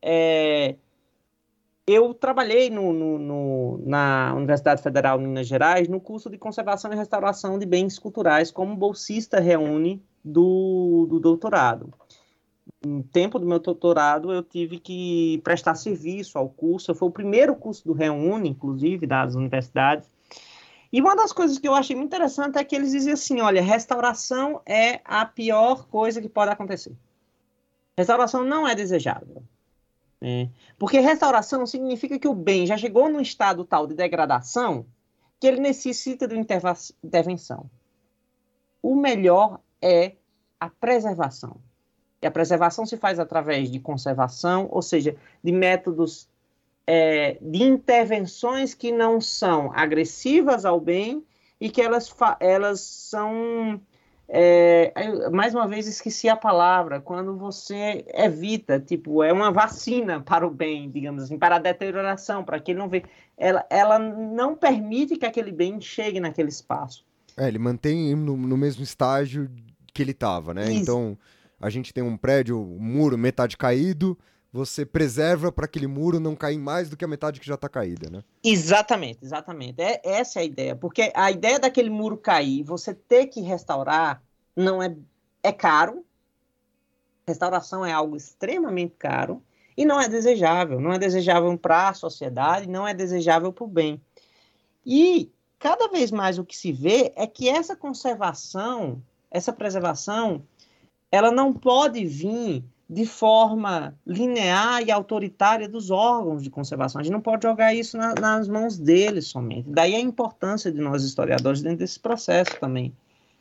eu trabalhei na Universidade Federal de Minas Gerais no curso de Conservação e Restauração de Bens Culturais como bolsista reúne do doutorado. No tempo do meu doutorado, eu tive que prestar serviço ao curso. Foi o primeiro curso do reúne, inclusive, das universidades. E uma das coisas que eu achei muito interessante é que eles diziam assim, olha, restauração é a pior coisa que pode acontecer. Restauração não é desejável. Porque restauração significa que o bem já chegou num estado tal de degradação que ele necessita de intervenção. O melhor é a preservação. E a preservação se faz através de conservação, ou seja, de métodos de intervenções que não são agressivas ao bem e que elas são... mais uma vez esqueci a palavra, quando você evita, é uma vacina para o bem, digamos assim, para a deterioração, para que ele não veja, ela não permite que aquele bem chegue naquele espaço. Ele mantém no mesmo estágio que ele estava, né? Isso. Então, a gente tem um prédio, um muro, metade caído, você preserva para aquele muro não cair mais do que a metade que já está caída, né? Exatamente. Essa é a ideia, porque a ideia daquele muro cair, você ter que restaurar, não é caro, restauração é algo extremamente caro, e não é desejável para a sociedade, não é desejável para o bem. E cada vez mais o que se vê é que essa conservação, essa preservação, ela não pode vir de forma linear e autoritária dos órgãos de conservação. A gente não pode jogar isso nas mãos deles somente. Daí a importância de nós historiadores dentro desse processo também.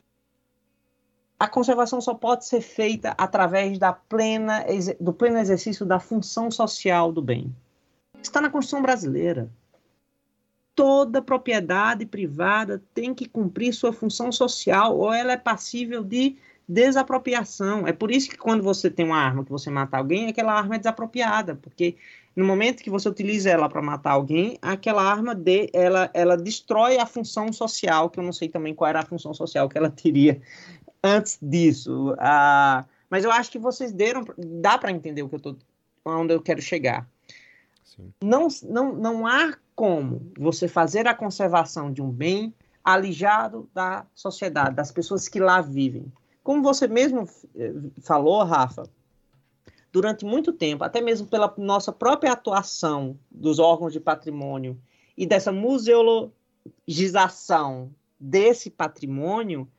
A conservação só pode ser feita através do pleno exercício da função social do bem. Está na Constituição brasileira. Toda propriedade privada tem que cumprir sua função social, ou ela é passível de desapropriação. É por isso que quando você tem uma arma que você mata alguém, aquela arma é desapropriada, porque no momento que você utiliza ela para matar alguém, aquela arma ela destrói a função social, que eu não sei também qual era a função social que ela teria antes disso. Mas eu acho que vocês dá para entender onde eu quero chegar. Sim. Não há como você fazer a conservação de um bem alijado da sociedade, das pessoas que lá vivem. Como você mesmo falou, Rafa, durante muito tempo, até mesmo pela nossa própria atuação dos órgãos de patrimônio e dessa museologização desse patrimônio,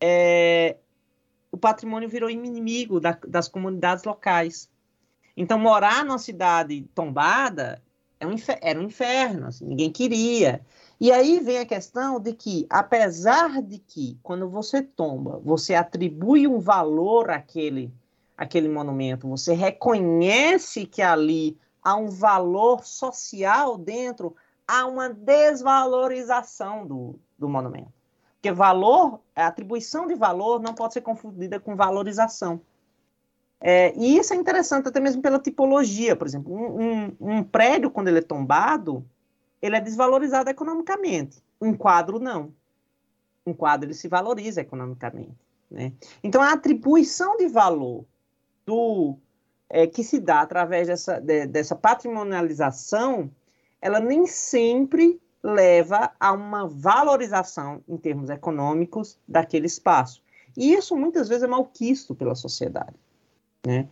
o patrimônio virou inimigo das comunidades locais. Então, morar numa cidade tombada era um inferno, assim, ninguém queria. E aí vem a questão de que, apesar de que, quando você tomba, você atribui um valor àquele monumento, você reconhece que ali há um valor social dentro, há uma desvalorização do monumento. Porque a atribuição de valor não pode ser confundida com valorização. E isso é interessante até mesmo pela tipologia. Por exemplo, um prédio, quando ele é tombado, ele é desvalorizado economicamente. Um quadro, não. Um quadro, ele se valoriza economicamente, né? Então, a atribuição de valor que se dá através dessa patrimonialização, ela nem sempre leva a uma valorização em termos econômicos daquele espaço. E isso, muitas vezes, é malquisto pela sociedade, né?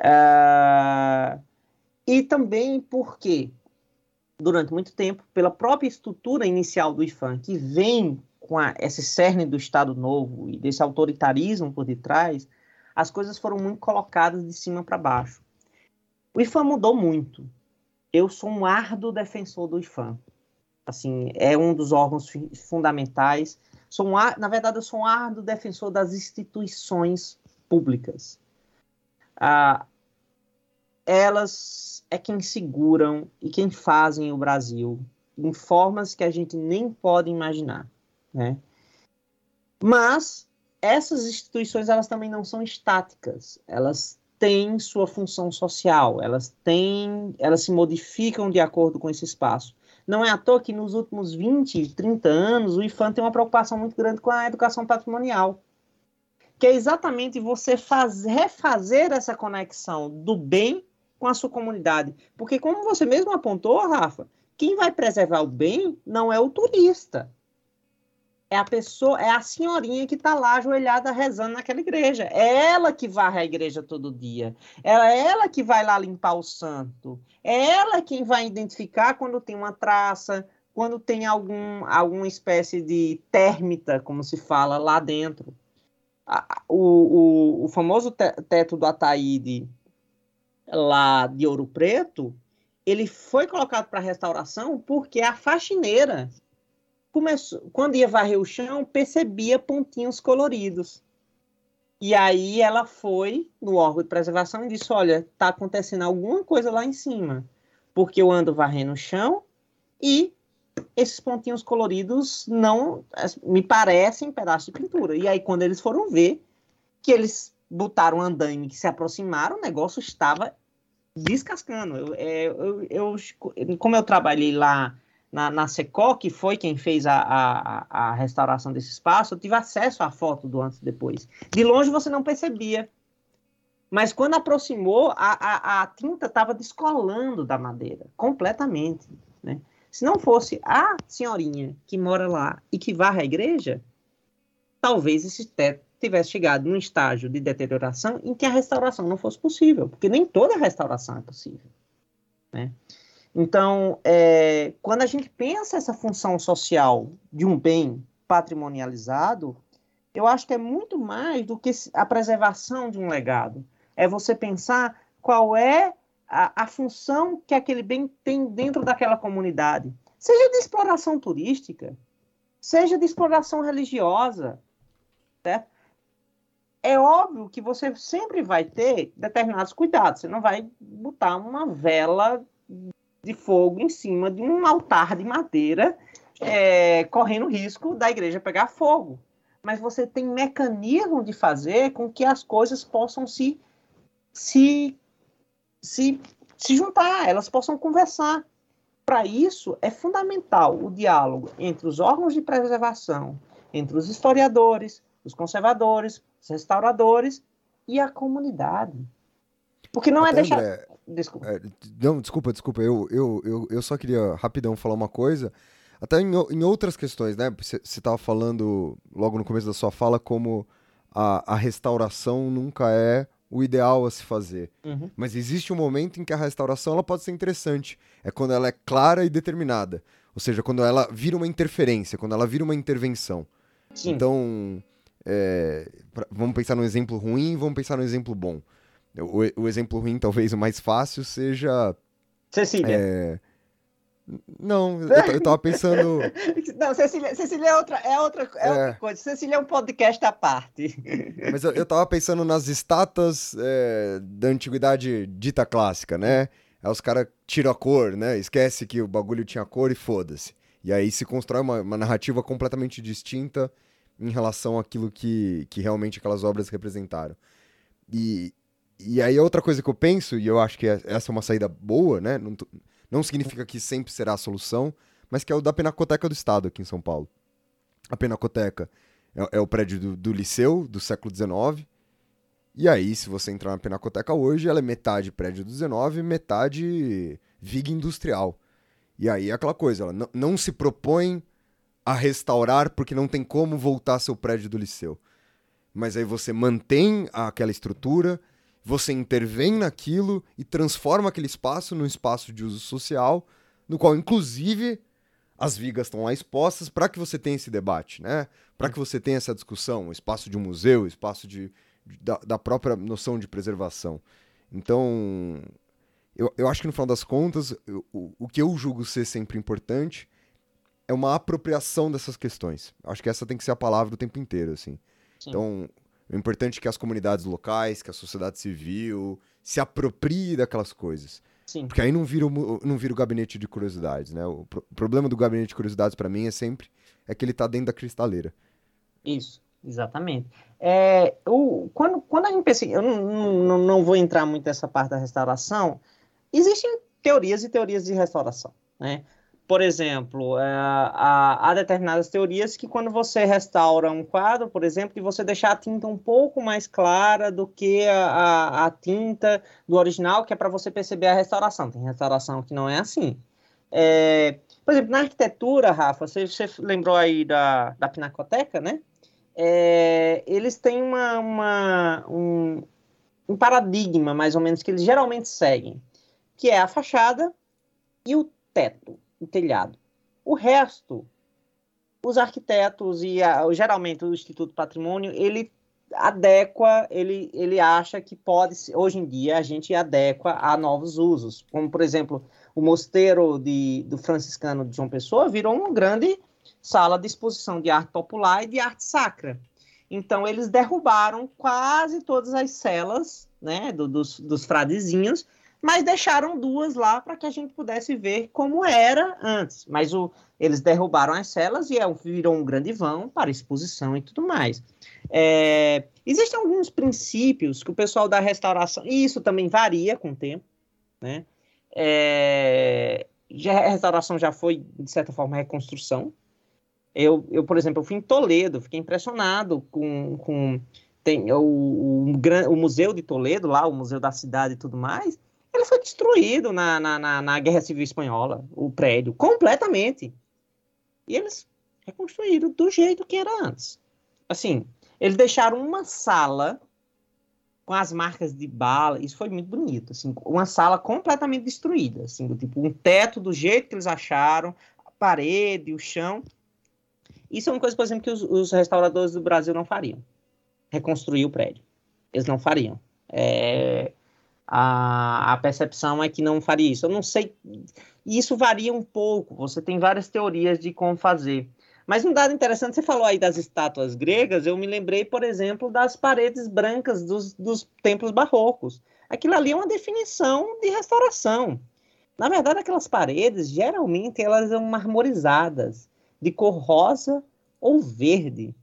E também porque, durante muito tempo, pela própria estrutura inicial do IPHAN, que vem com esse cerne do Estado Novo e desse autoritarismo por detrás, as coisas foram muito colocadas de cima para baixo. O IPHAN mudou muito. Eu sou um árduo defensor do IPHAN. Assim, é um dos órgãos fundamentais. Na verdade, eu sou um árduo defensor das instituições públicas. Elas é quem seguram e quem fazem o Brasil em formas que a gente nem pode imaginar, né? Mas essas instituições, elas também não são estáticas, elas têm sua função social, elas se modificam de acordo com esse espaço. Não é à toa que nos últimos 20, 30 anos, o IPHAN tem uma preocupação muito grande com a educação patrimonial, que é exatamente você refazer essa conexão do bem com a sua comunidade. Porque, como você mesmo apontou, Rafa, quem vai preservar o bem não é o turista. É a pessoa, é a senhorinha que está lá ajoelhada rezando naquela igreja. É ela que varre a igreja todo dia. É ela que vai lá limpar o santo. É ela quem vai identificar quando tem uma traça, quando tem alguma espécie de térmita, como se fala, lá dentro. O famoso teto do Ataíde, lá de Ouro Preto, ele foi colocado para restauração porque a faxineira quando ia varrer o chão, percebia pontinhos coloridos. E aí ela foi no órgão de preservação e disse, olha, está acontecendo alguma coisa lá em cima, porque eu ando varrendo o chão e esses pontinhos coloridos não me parecem pedaços de pintura. E aí, quando eles foram ver, que eles botaram um andaime que se aproximaram, o negócio estava descascando. Como eu trabalhei lá na SECO, que foi quem fez a restauração desse espaço, eu tive acesso à foto do antes e depois. De longe você não percebia. Mas quando aproximou, a tinta estava descolando da madeira, completamente, né? Se não fosse a senhorinha que mora lá e que varre a igreja, talvez esse teto tivesse chegado num estágio de deterioração em que a restauração não fosse possível, porque nem toda restauração é possível, né? Então, quando a gente pensa essa função social de um bem patrimonializado, eu acho que é muito mais do que a preservação de um legado. É você pensar qual é a função que aquele bem tem dentro daquela comunidade. Seja de exploração turística, seja de exploração religiosa, certo? É óbvio que você sempre vai ter determinados cuidados. Você não vai botar uma vela de fogo em cima de um altar de madeira, correndo risco da igreja pegar fogo. Mas você tem mecanismo de fazer com que as coisas possam se juntar, elas possam conversar. Para isso, é fundamental o diálogo entre os órgãos de preservação, entre os historiadores, os conservadores, os restauradores e a comunidade. Porque não Até, é deixar... André, Desculpa. não, desculpa. Eu só queria rapidão falar uma coisa. Até em outras questões, né? Você estava falando logo no começo da sua fala como a restauração nunca é o ideal a se fazer. Uhum. Mas existe um momento em que a restauração ela pode ser interessante. É quando ela é clara e determinada. Ou seja, quando ela vira uma interferência, quando ela vira uma intervenção. Sim. Então, vamos pensar no exemplo ruim e vamos pensar no exemplo bom. O exemplo ruim, talvez o mais fácil, seja... Cecília. Não, eu tava pensando... Não, Cecília é outra coisa. Cecília é um podcast à parte. Mas eu tava pensando nas estátuas da antiguidade dita clássica, né? Aí os caras tiram a cor, né? Esquece que o bagulho tinha cor e foda-se. E aí se constrói uma narrativa completamente distinta em relação àquilo que realmente aquelas obras representaram. E aí a outra coisa que eu penso, e eu acho que essa é uma saída boa, né? Não significa que sempre será a solução, mas que é o da Pinacoteca do Estado aqui em São Paulo. A Pinacoteca é o prédio do Liceu, do século XIX. E aí, se você entrar na Pinacoteca hoje, ela é metade prédio do XIX, metade viga industrial. E aí é aquela coisa, ela não se propõe a restaurar porque não tem como voltar seu prédio do Liceu. Mas aí você mantém aquela estrutura, você intervém naquilo e transforma aquele espaço num espaço de uso social, no qual, inclusive, as vigas estão lá expostas para que você tenha esse debate, né? Para que você tenha essa discussão, o espaço de um museu, o espaço da própria noção de preservação. Então, eu acho que no final das contas, o que eu julgo ser sempre importante é uma apropriação dessas questões. Acho que essa tem que ser a palavra o tempo inteiro, assim. Sim. Então, é importante que as comunidades locais, que a sociedade civil se aproprie daquelas coisas. Sim. Porque aí não vira o gabinete de curiosidades, né? O problema do gabinete de curiosidades, para mim, é que ele tá dentro da cristaleira. Isso, exatamente. Quando a gente pensa... Eu não vou entrar muito nessa parte da restauração. Existem teorias e teorias de restauração, né? Por exemplo, há determinadas teorias que quando você restaura um quadro, por exemplo, de você deixar a tinta um pouco mais clara do que a tinta do original, que é para você perceber a restauração. Tem restauração que não é assim. Por exemplo, na arquitetura, Rafa, você lembrou aí da Pinacoteca, né? Eles têm um paradigma, mais ou menos, que eles geralmente seguem, que é a fachada e o teto, o telhado. O resto, os arquitetos e geralmente o Instituto Patrimônio, ele adequa, ele acha que pode, hoje em dia, a gente adequa a novos usos. Como, por exemplo, o mosteiro do franciscano de João Pessoa virou uma grande sala de exposição de arte popular e de arte sacra. Então, eles derrubaram quase todas as celas, né, dos fradezinhos, mas deixaram duas lá para que a gente pudesse ver como era antes. Mas eles derrubaram as celas e virou um grande vão para exposição e tudo mais. Existem alguns princípios que o pessoal da restauração... E isso também varia com o tempo, né? A restauração já foi, de certa forma, reconstrução. Eu, por exemplo, eu fui em Toledo, fiquei impressionado com o Museu de Toledo, lá, o Museu da Cidade e tudo mais. Ele foi destruído na Guerra Civil Espanhola, o prédio, completamente. E eles reconstruíram do jeito que era antes. Assim, eles deixaram uma sala com as marcas de bala, isso foi muito bonito, assim, uma sala completamente destruída, assim, do tipo, um teto do jeito que eles acharam, a parede, o chão. Isso é uma coisa, por exemplo, que os restauradores do Brasil não fariam. Reconstruir o prédio. Eles não fariam. A percepção é que não faria isso. Eu não sei, isso varia um pouco, você tem várias teorias de como fazer. Mas um dado interessante, você falou aí das estátuas gregas, eu me lembrei, por exemplo, das paredes brancas dos templos barrocos. Aquilo ali é uma definição de restauração. Na verdade, aquelas paredes, geralmente, elas são marmorizadas, de cor rosa ou verde.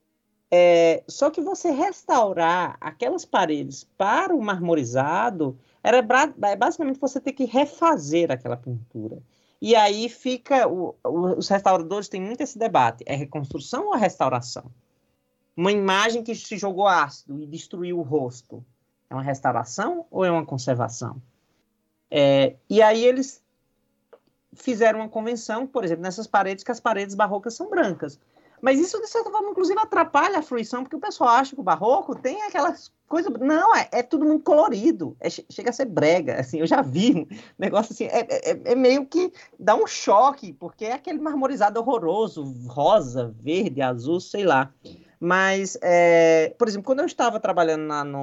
Só que você restaurar aquelas paredes para o marmorizado, basicamente você ter que refazer aquela pintura. E aí fica, os restauradores têm muito esse debate, é reconstrução ou restauração? Uma imagem que se jogou ácido e destruiu o rosto, é uma restauração ou é uma conservação? E aí eles fizeram uma convenção, por exemplo, nessas paredes, que as paredes barrocas são brancas. Mas isso, de certa forma, inclusive, atrapalha a fruição, porque o pessoal acha que o barroco tem aquelas coisas... Não, é tudo muito colorido. Chega a ser brega, assim, eu já vi um negócio assim, é meio que dá um choque, porque é aquele marmorizado horroroso, rosa, verde, azul, sei lá. Mas, por exemplo, quando eu estava trabalhando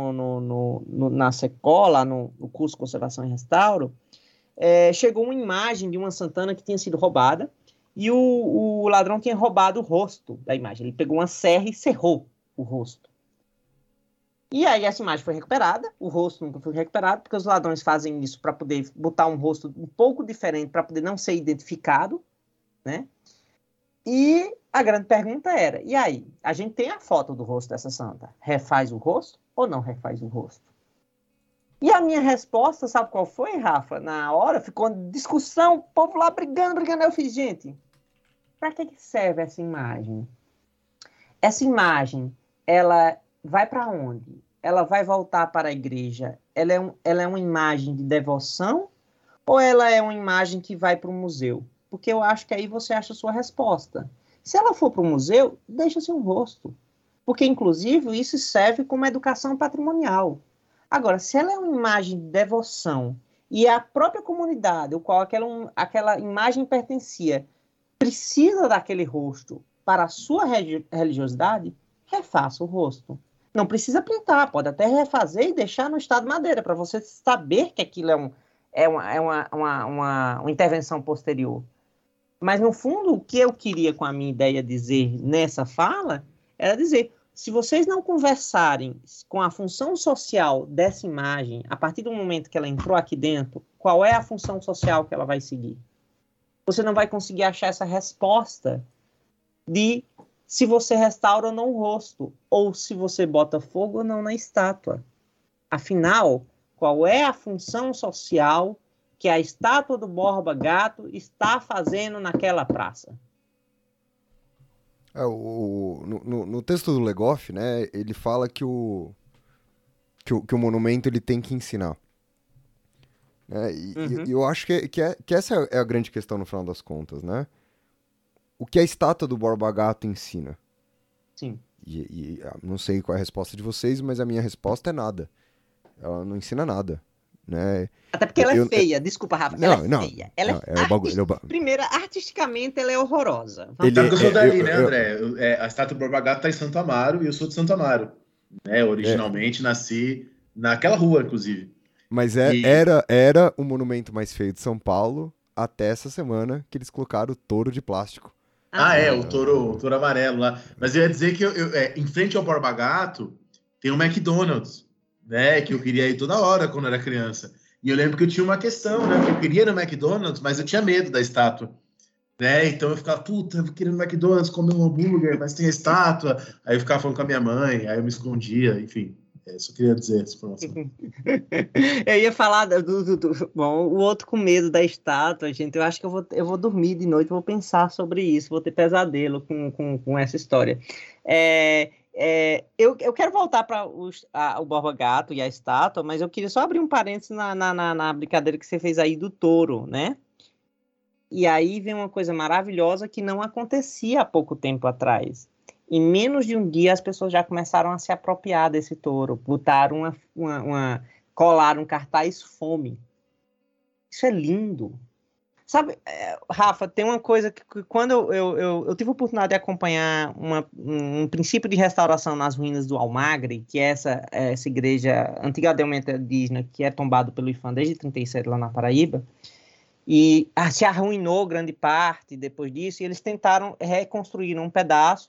na SECOL, lá no curso de Conservação e Restauro, chegou uma imagem de uma Santana que tinha sido roubada, e o ladrão tinha roubado o rosto da imagem. Ele pegou uma serra e serrou o rosto. E aí essa imagem foi recuperada, o rosto nunca foi recuperado, porque os ladrões fazem isso para poder botar um rosto um pouco diferente, para poder não ser identificado, né? E a grande pergunta era, e aí? A gente tem a foto do rosto dessa santa. Refaz o rosto ou não refaz o rosto? E a minha resposta, sabe qual foi, Rafa? Na hora, ficou discussão, o povo lá brigando. Eu fiz, gente, para que serve essa imagem? Essa imagem, ela vai para onde? Ela vai voltar para a igreja? Ela é uma imagem de devoção ou ela é uma imagem que vai para o museu? Porque eu acho que aí você acha a sua resposta. Se ela for para o museu, deixa-se um rosto. Porque, inclusive, isso serve como educação patrimonial. Agora, se ela é uma imagem de devoção e a própria comunidade, ao qual aquela imagem pertencia, precisa daquele rosto para a sua religiosidade, refaça o rosto. Não precisa pintar, pode até refazer e deixar no estado madeira, para você saber que aquilo é uma intervenção posterior. Mas, no fundo, o que eu queria com a minha ideia dizer nessa fala era dizer... Se vocês não conversarem com a função social dessa imagem, a partir do momento que ela entrou aqui dentro, qual é a função social que ela vai seguir? Você não vai conseguir achar essa resposta de se você restaura ou não o rosto, ou se você bota fogo ou não na estátua. Afinal, qual é a função social que a estátua do Gato está fazendo naquela praça? No texto do Legoff, né, ele fala que o monumento ele tem que ensinar. E eu acho que essa é a grande questão no final das contas, né? O que a estátua do Borba Gato ensina? Sim. E não sei qual é a resposta de vocês, mas a minha resposta é nada. Ela não ensina nada. Né? Até porque ela é feia, desculpa, Rafa, ela é feia. Primeiro, artisticamente ela é horrorosa. Sabe que eu sou daí, né, André? A estátua do Borba Gato tá em Santo Amaro e eu sou de Santo Amaro. Né? Originalmente nasci naquela rua, inclusive. Mas era o monumento mais feio de São Paulo até essa semana que eles colocaram o touro de plástico. O touro amarelo lá. Mas eu ia dizer que em frente ao Borba Gato tem um McDonald's. Né, que eu queria ir toda hora quando eu era criança. E eu lembro que eu tinha uma questão, né? Que eu queria ir no McDonald's, mas eu tinha medo da estátua. Né? Então eu ficava, eu queria ir no McDonald's comer um hambúrguer, mas tem a estátua. Aí eu ficava falando com a minha mãe, aí eu me escondia, enfim. Só queria dizer essa informação. Eu ia falar bom, o outro com medo da estátua, gente. Eu acho que eu vou dormir de noite, vou pensar sobre isso, vou ter pesadelo com essa história. Eu quero voltar para o Borba Gato e a estátua, mas eu queria só abrir um parênteses na brincadeira que você fez aí do touro, né? E aí vem uma coisa maravilhosa que não acontecia há pouco tempo atrás. Em menos de um dia, as pessoas já começaram a se apropriar desse touro, botaram colaram um cartaz fome. Isso é lindo. Sabe, Rafa, tem uma coisa que quando eu tive a oportunidade de acompanhar um princípio de restauração nas ruínas do Almagre, que é essa igreja antigamente indígena, que é tombado pelo IFAM desde 37 lá na Paraíba, e se arruinou grande parte depois disso, e eles tentaram reconstruir um pedaço,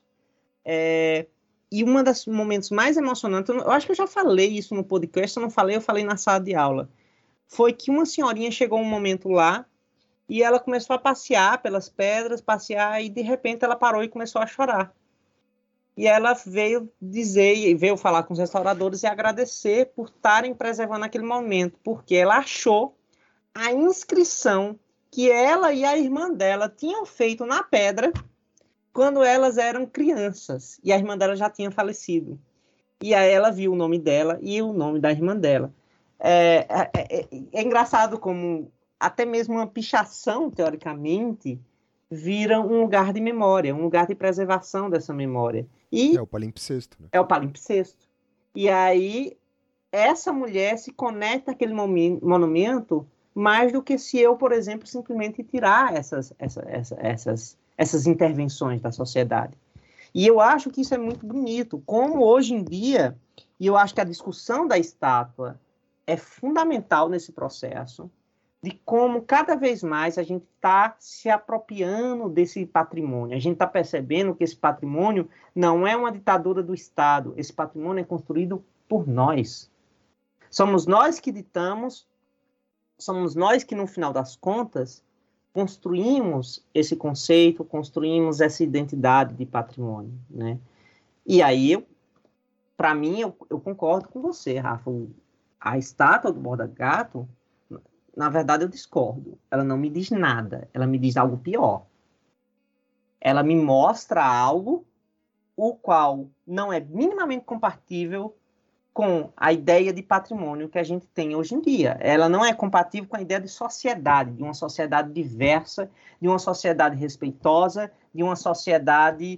e um dos momentos mais emocionantes, eu acho que eu já falei isso no podcast, se eu não falei, eu falei na sala de aula, foi que uma senhorinha chegou um momento lá, e ela começou a passear pelas pedras, e de repente ela parou e começou a chorar. E ela veio falar com os restauradores e agradecer por estarem preservando aquele momento, porque ela achou a inscrição que ela e a irmã dela tinham feito na pedra quando elas eram crianças, e a irmã dela já tinha falecido. E aí ela viu o nome dela e o nome da irmã dela. É engraçado como até mesmo uma pichação, teoricamente, vira um lugar de memória, um lugar de preservação dessa memória. E É o palimpsesto, né? é o palimpsesto. E aí, essa mulher se conecta àquele monumento mais do que se eu, por exemplo, simplesmente tirar essas intervenções da sociedade. E eu acho que isso é muito bonito, como hoje em dia, e eu acho que a discussão da estátua é fundamental nesse processo, de como cada vez mais a gente está se apropriando desse patrimônio. A gente está percebendo que esse patrimônio não é uma ditadura do Estado. Esse patrimônio é construído por nós. Somos nós que ditamos, somos nós que, no final das contas, construímos esse conceito, construímos essa identidade de patrimônio, né? E aí, para mim, eu concordo com você, Rafa. A estátua do Borda Gato, na verdade, eu discordo. Ela não me diz nada. Ela me diz algo pior. Ela me mostra algo o qual não é minimamente compatível com a ideia de patrimônio que a gente tem hoje em dia. Ela não é compatível com a ideia de sociedade, de uma sociedade diversa, de uma sociedade respeitosa, de uma sociedade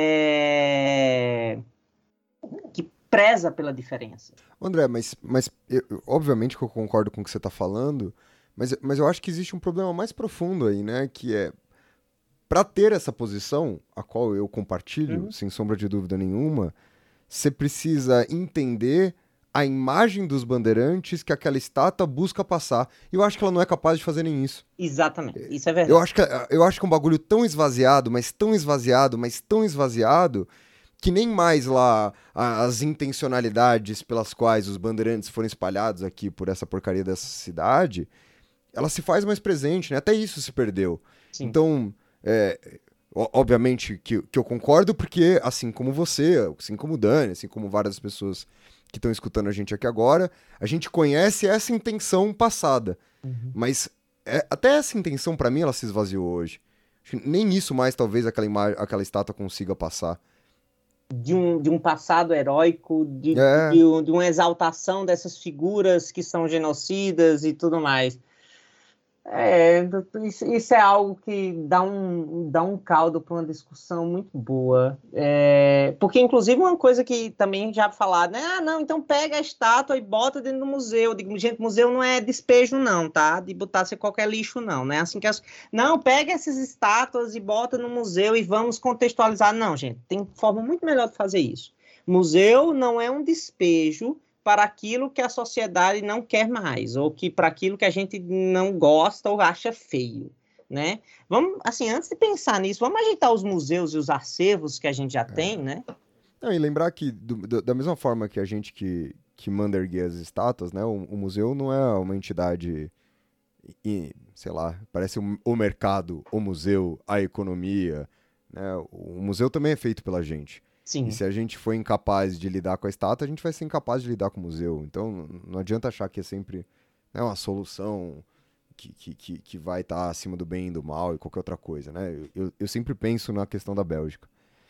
que preza pela diferença. André, mas obviamente que eu concordo com o que você está falando, mas eu acho que existe um problema mais profundo aí, né? Que é, para ter essa posição, a qual eu compartilho, sem sombra de dúvida nenhuma, você precisa entender a imagem dos bandeirantes que aquela estátua busca passar. E eu acho que ela não é capaz de fazer nem isso. Exatamente, isso é verdade. Eu acho que é um bagulho tão esvaziado, mas tão esvaziado, mas tão esvaziado, que nem mais lá as intencionalidades pelas quais os bandeirantes foram espalhados aqui por essa porcaria dessa cidade, ela se faz mais presente, né? Até isso se perdeu. Sim. Então, obviamente que eu concordo, porque assim como você, assim como o Dani, assim como várias pessoas que estão escutando a gente aqui agora, a gente conhece essa intenção passada. Mas até essa intenção, para mim, ela se esvaziou hoje. Nem isso mais, talvez, aquela estátua consiga passar. De um passado heróico, de uma exaltação dessas figuras que são genocidas e tudo mais. Isso é algo que dá um caldo para uma discussão muito boa. Porque, inclusive, uma coisa que também já falaram, né? Não, então pega a estátua e bota dentro do museu. Eu digo, gente, museu não é despejo, não, tá? De botar ser qualquer lixo, não, né? Assim que não, pega essas estátuas e bota no museu e vamos contextualizar. Não, gente, tem forma muito melhor de fazer isso. Museu não é um despejo para aquilo que a sociedade não quer mais, ou que para aquilo que a gente não gosta ou acha feio, né? Vamos, assim, antes de pensar nisso, vamos ajeitar os museus e os acervos que a gente já tem, né? Não, e lembrar que, da mesma forma que a gente que manda erguer as estátuas, né? O museu não é uma entidade, sei lá, parece o mercado, o museu, a economia, né? O museu também é feito pela gente. Sim. E se a gente for incapaz de lidar com a estátua, a gente vai ser incapaz de lidar com o museu. Então, não adianta achar que é sempre, né, uma solução que vai estar acima do bem e do mal e qualquer outra coisa, né? Eu sempre penso na questão da Bélgica.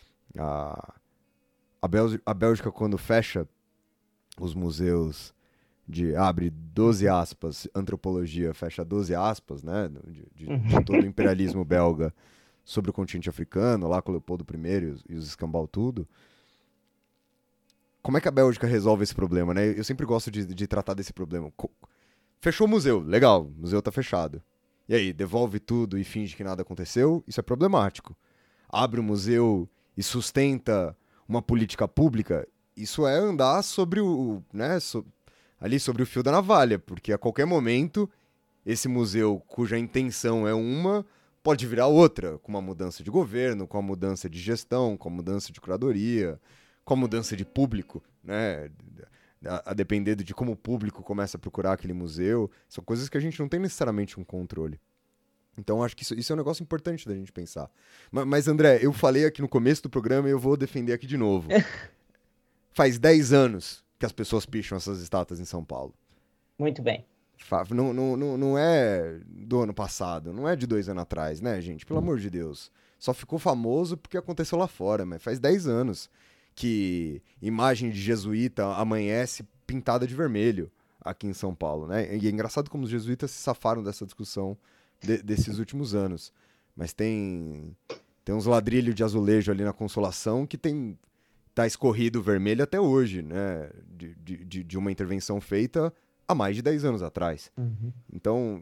A Bélgica, quando fecha os museus abre 12 aspas, antropologia fecha 12 aspas, né, de todo o imperialismo belga sobre o continente africano, lá com o Leopoldo I e os escambau tudo. Como é que a Bélgica resolve esse problema, né? Eu sempre gosto de tratar desse problema. Fechou o museu, legal, o museu tá fechado. E aí, devolve tudo e finge que nada aconteceu? Isso é problemático. Abre o museu e sustenta uma política pública? Isso é andar sobre o, né, ali sobre o fio da navalha, porque a qualquer momento esse museu, cuja intenção é uma, pode virar outra, com uma mudança de governo, com a mudança de gestão, com a mudança de curadoria, com a mudança de público, né? A depender de como o público começa a procurar aquele museu. São coisas que a gente não tem necessariamente um controle. Então, acho que isso é um negócio importante da gente pensar. Mas, André, eu falei aqui no começo do programa e eu vou defender aqui de novo. Faz 10 anos que as pessoas picham essas estátuas em São Paulo. Muito bem. Não é do ano passado, não é de 2 anos atrás, né, gente? Pelo amor de Deus. Só ficou famoso porque aconteceu lá fora, mas faz 10 anos que imagem de jesuíta amanhece pintada de vermelho aqui em São Paulo, né? E é engraçado como os jesuítas se safaram dessa discussão desses últimos anos. Mas tem uns ladrilhos de azulejo ali na Consolação que tá escorrido vermelho até hoje, né? De uma intervenção feita há mais de 10 anos atrás. Uhum. Então,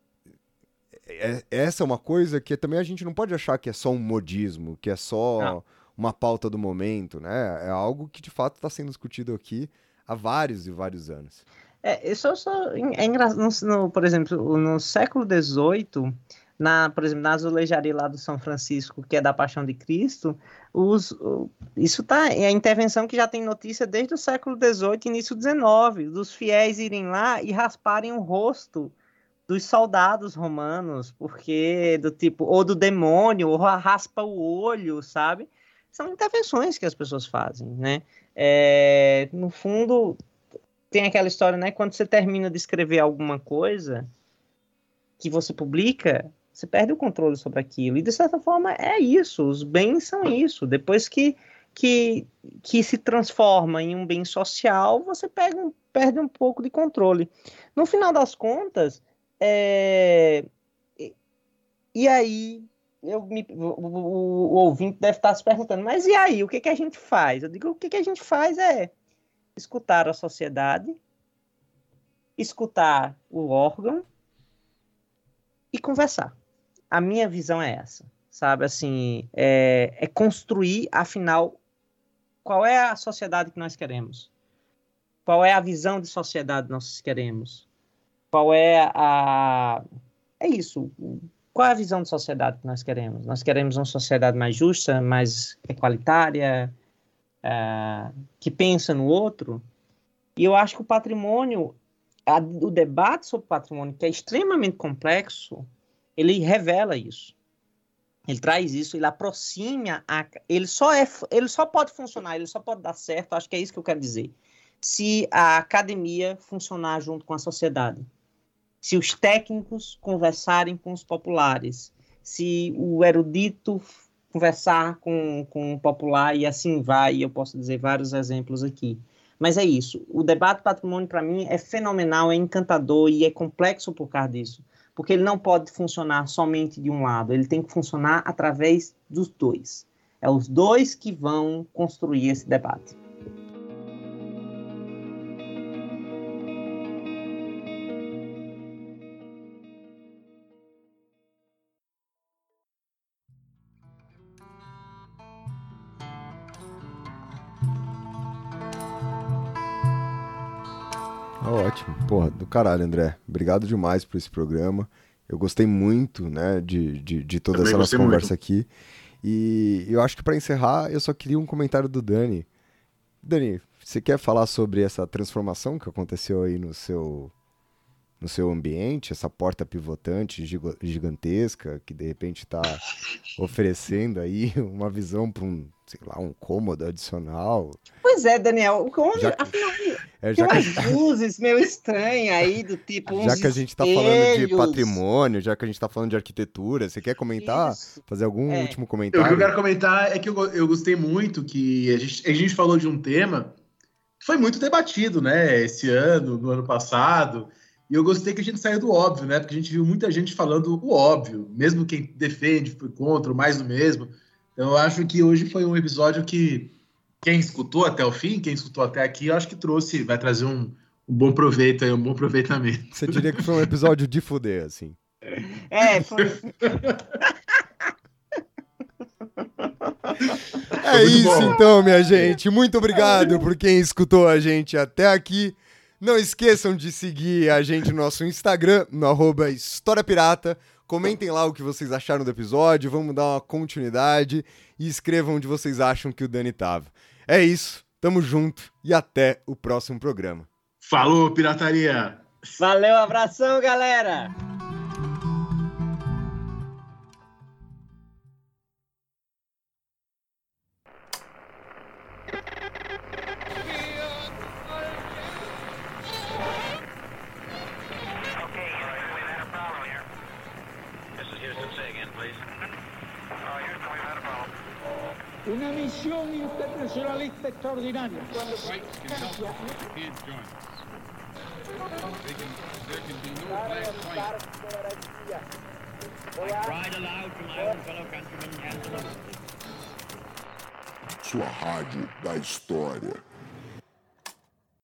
essa é uma coisa que também a gente não pode achar que é só um modismo, que é só uma pauta do momento, né? É algo que de fato está sendo discutido aqui há vários e vários anos. É engraçado, por exemplo, no século XVIII, por exemplo, na azulejaria lá do São Francisco, que é da Paixão de Cristo, é a intervenção que já tem notícia desde o século XVIII, início XIX, dos fiéis irem lá e rasparem o rosto dos soldados romanos, porque do tipo, ou do demônio, ou raspa o olho, sabe? São intervenções que as pessoas fazem, né? No fundo, tem aquela história, né? Quando você termina de escrever alguma coisa que você publica, você perde o controle sobre aquilo. E, de certa forma, é isso. Os bens são isso. Depois que se transforma em um bem social, você perde um pouco de controle. No final das contas, e aí, o ouvinte deve estar se perguntando, mas e aí, o que a gente faz? Eu digo, o que a gente faz é escutar a sociedade, escutar o órgão e conversar. A minha visão é essa, sabe? Assim, é construir, afinal, qual é a sociedade que nós queremos? Qual é a visão de sociedade que nós queremos? Qual é É isso. Qual é a visão de sociedade que nós queremos? Nós queremos uma sociedade mais justa, mais equalitária, que pensa no outro. E eu acho que o patrimônio, o debate sobre o patrimônio, que é extremamente complexo, ele revela isso. Ele traz isso, ele aproxima, ele só pode funcionar, ele só pode dar certo, acho que é isso que eu quero dizer, se a academia funcionar junto com a sociedade. Se os técnicos conversarem com os populares, se o erudito conversar com o popular, e assim vai, e eu posso dizer vários exemplos aqui. Mas é isso, o debate patrimônio, para mim, é fenomenal, é encantador e é complexo por causa disso, porque ele não pode funcionar somente de um lado, ele tem que funcionar através dos dois. É os dois que vão construir esse debate. Ótimo. Porra, do caralho, André. Obrigado demais por esse programa. Eu gostei muito, né, de toda essa nossa conversa aqui. E eu acho que para encerrar, eu só queria um comentário do Dani. Dani, você quer falar sobre essa transformação que aconteceu aí no seu ambiente, essa porta pivotante gigantesca que de repente está oferecendo aí uma visão para um cômodo adicional? Pois é, Daniel, tem umas luzes meio estranhas aí do tipo já que a gente está falando de patrimônio, já que a gente está falando de arquitetura, você quer comentar? Isso. Fazer algum último comentário? O que eu quero comentar é que eu gostei muito que a gente falou de um tema que foi muito debatido, né, esse ano, no ano passado. E eu gostei que a gente saiu do óbvio, né? Porque a gente viu muita gente falando o óbvio, mesmo quem defende, foi contra, mais do mesmo. Então eu acho que hoje foi um episódio que quem escutou até o fim, quem escutou até aqui, eu acho que vai trazer um bom proveito aí, um bom aproveitamento. Você diria que foi um episódio de fuder, assim. Foi. É isso então, minha gente. Muito obrigado por quem escutou a gente até aqui. Não esqueçam de seguir a gente no nosso Instagram, no @HistóriaPirata. Comentem lá o que vocês acharam do episódio, vamos dar uma continuidade e escrevam onde vocês acham que o Dani tava. É isso, tamo junto e até o próximo programa. Falou, pirataria! Valeu, abração, galera! Una misión internacionalista extraordinaria. Right can help can't join us. There can be no black white. I cried aloud to my own fellow countrymen and to the Sua rádio da história.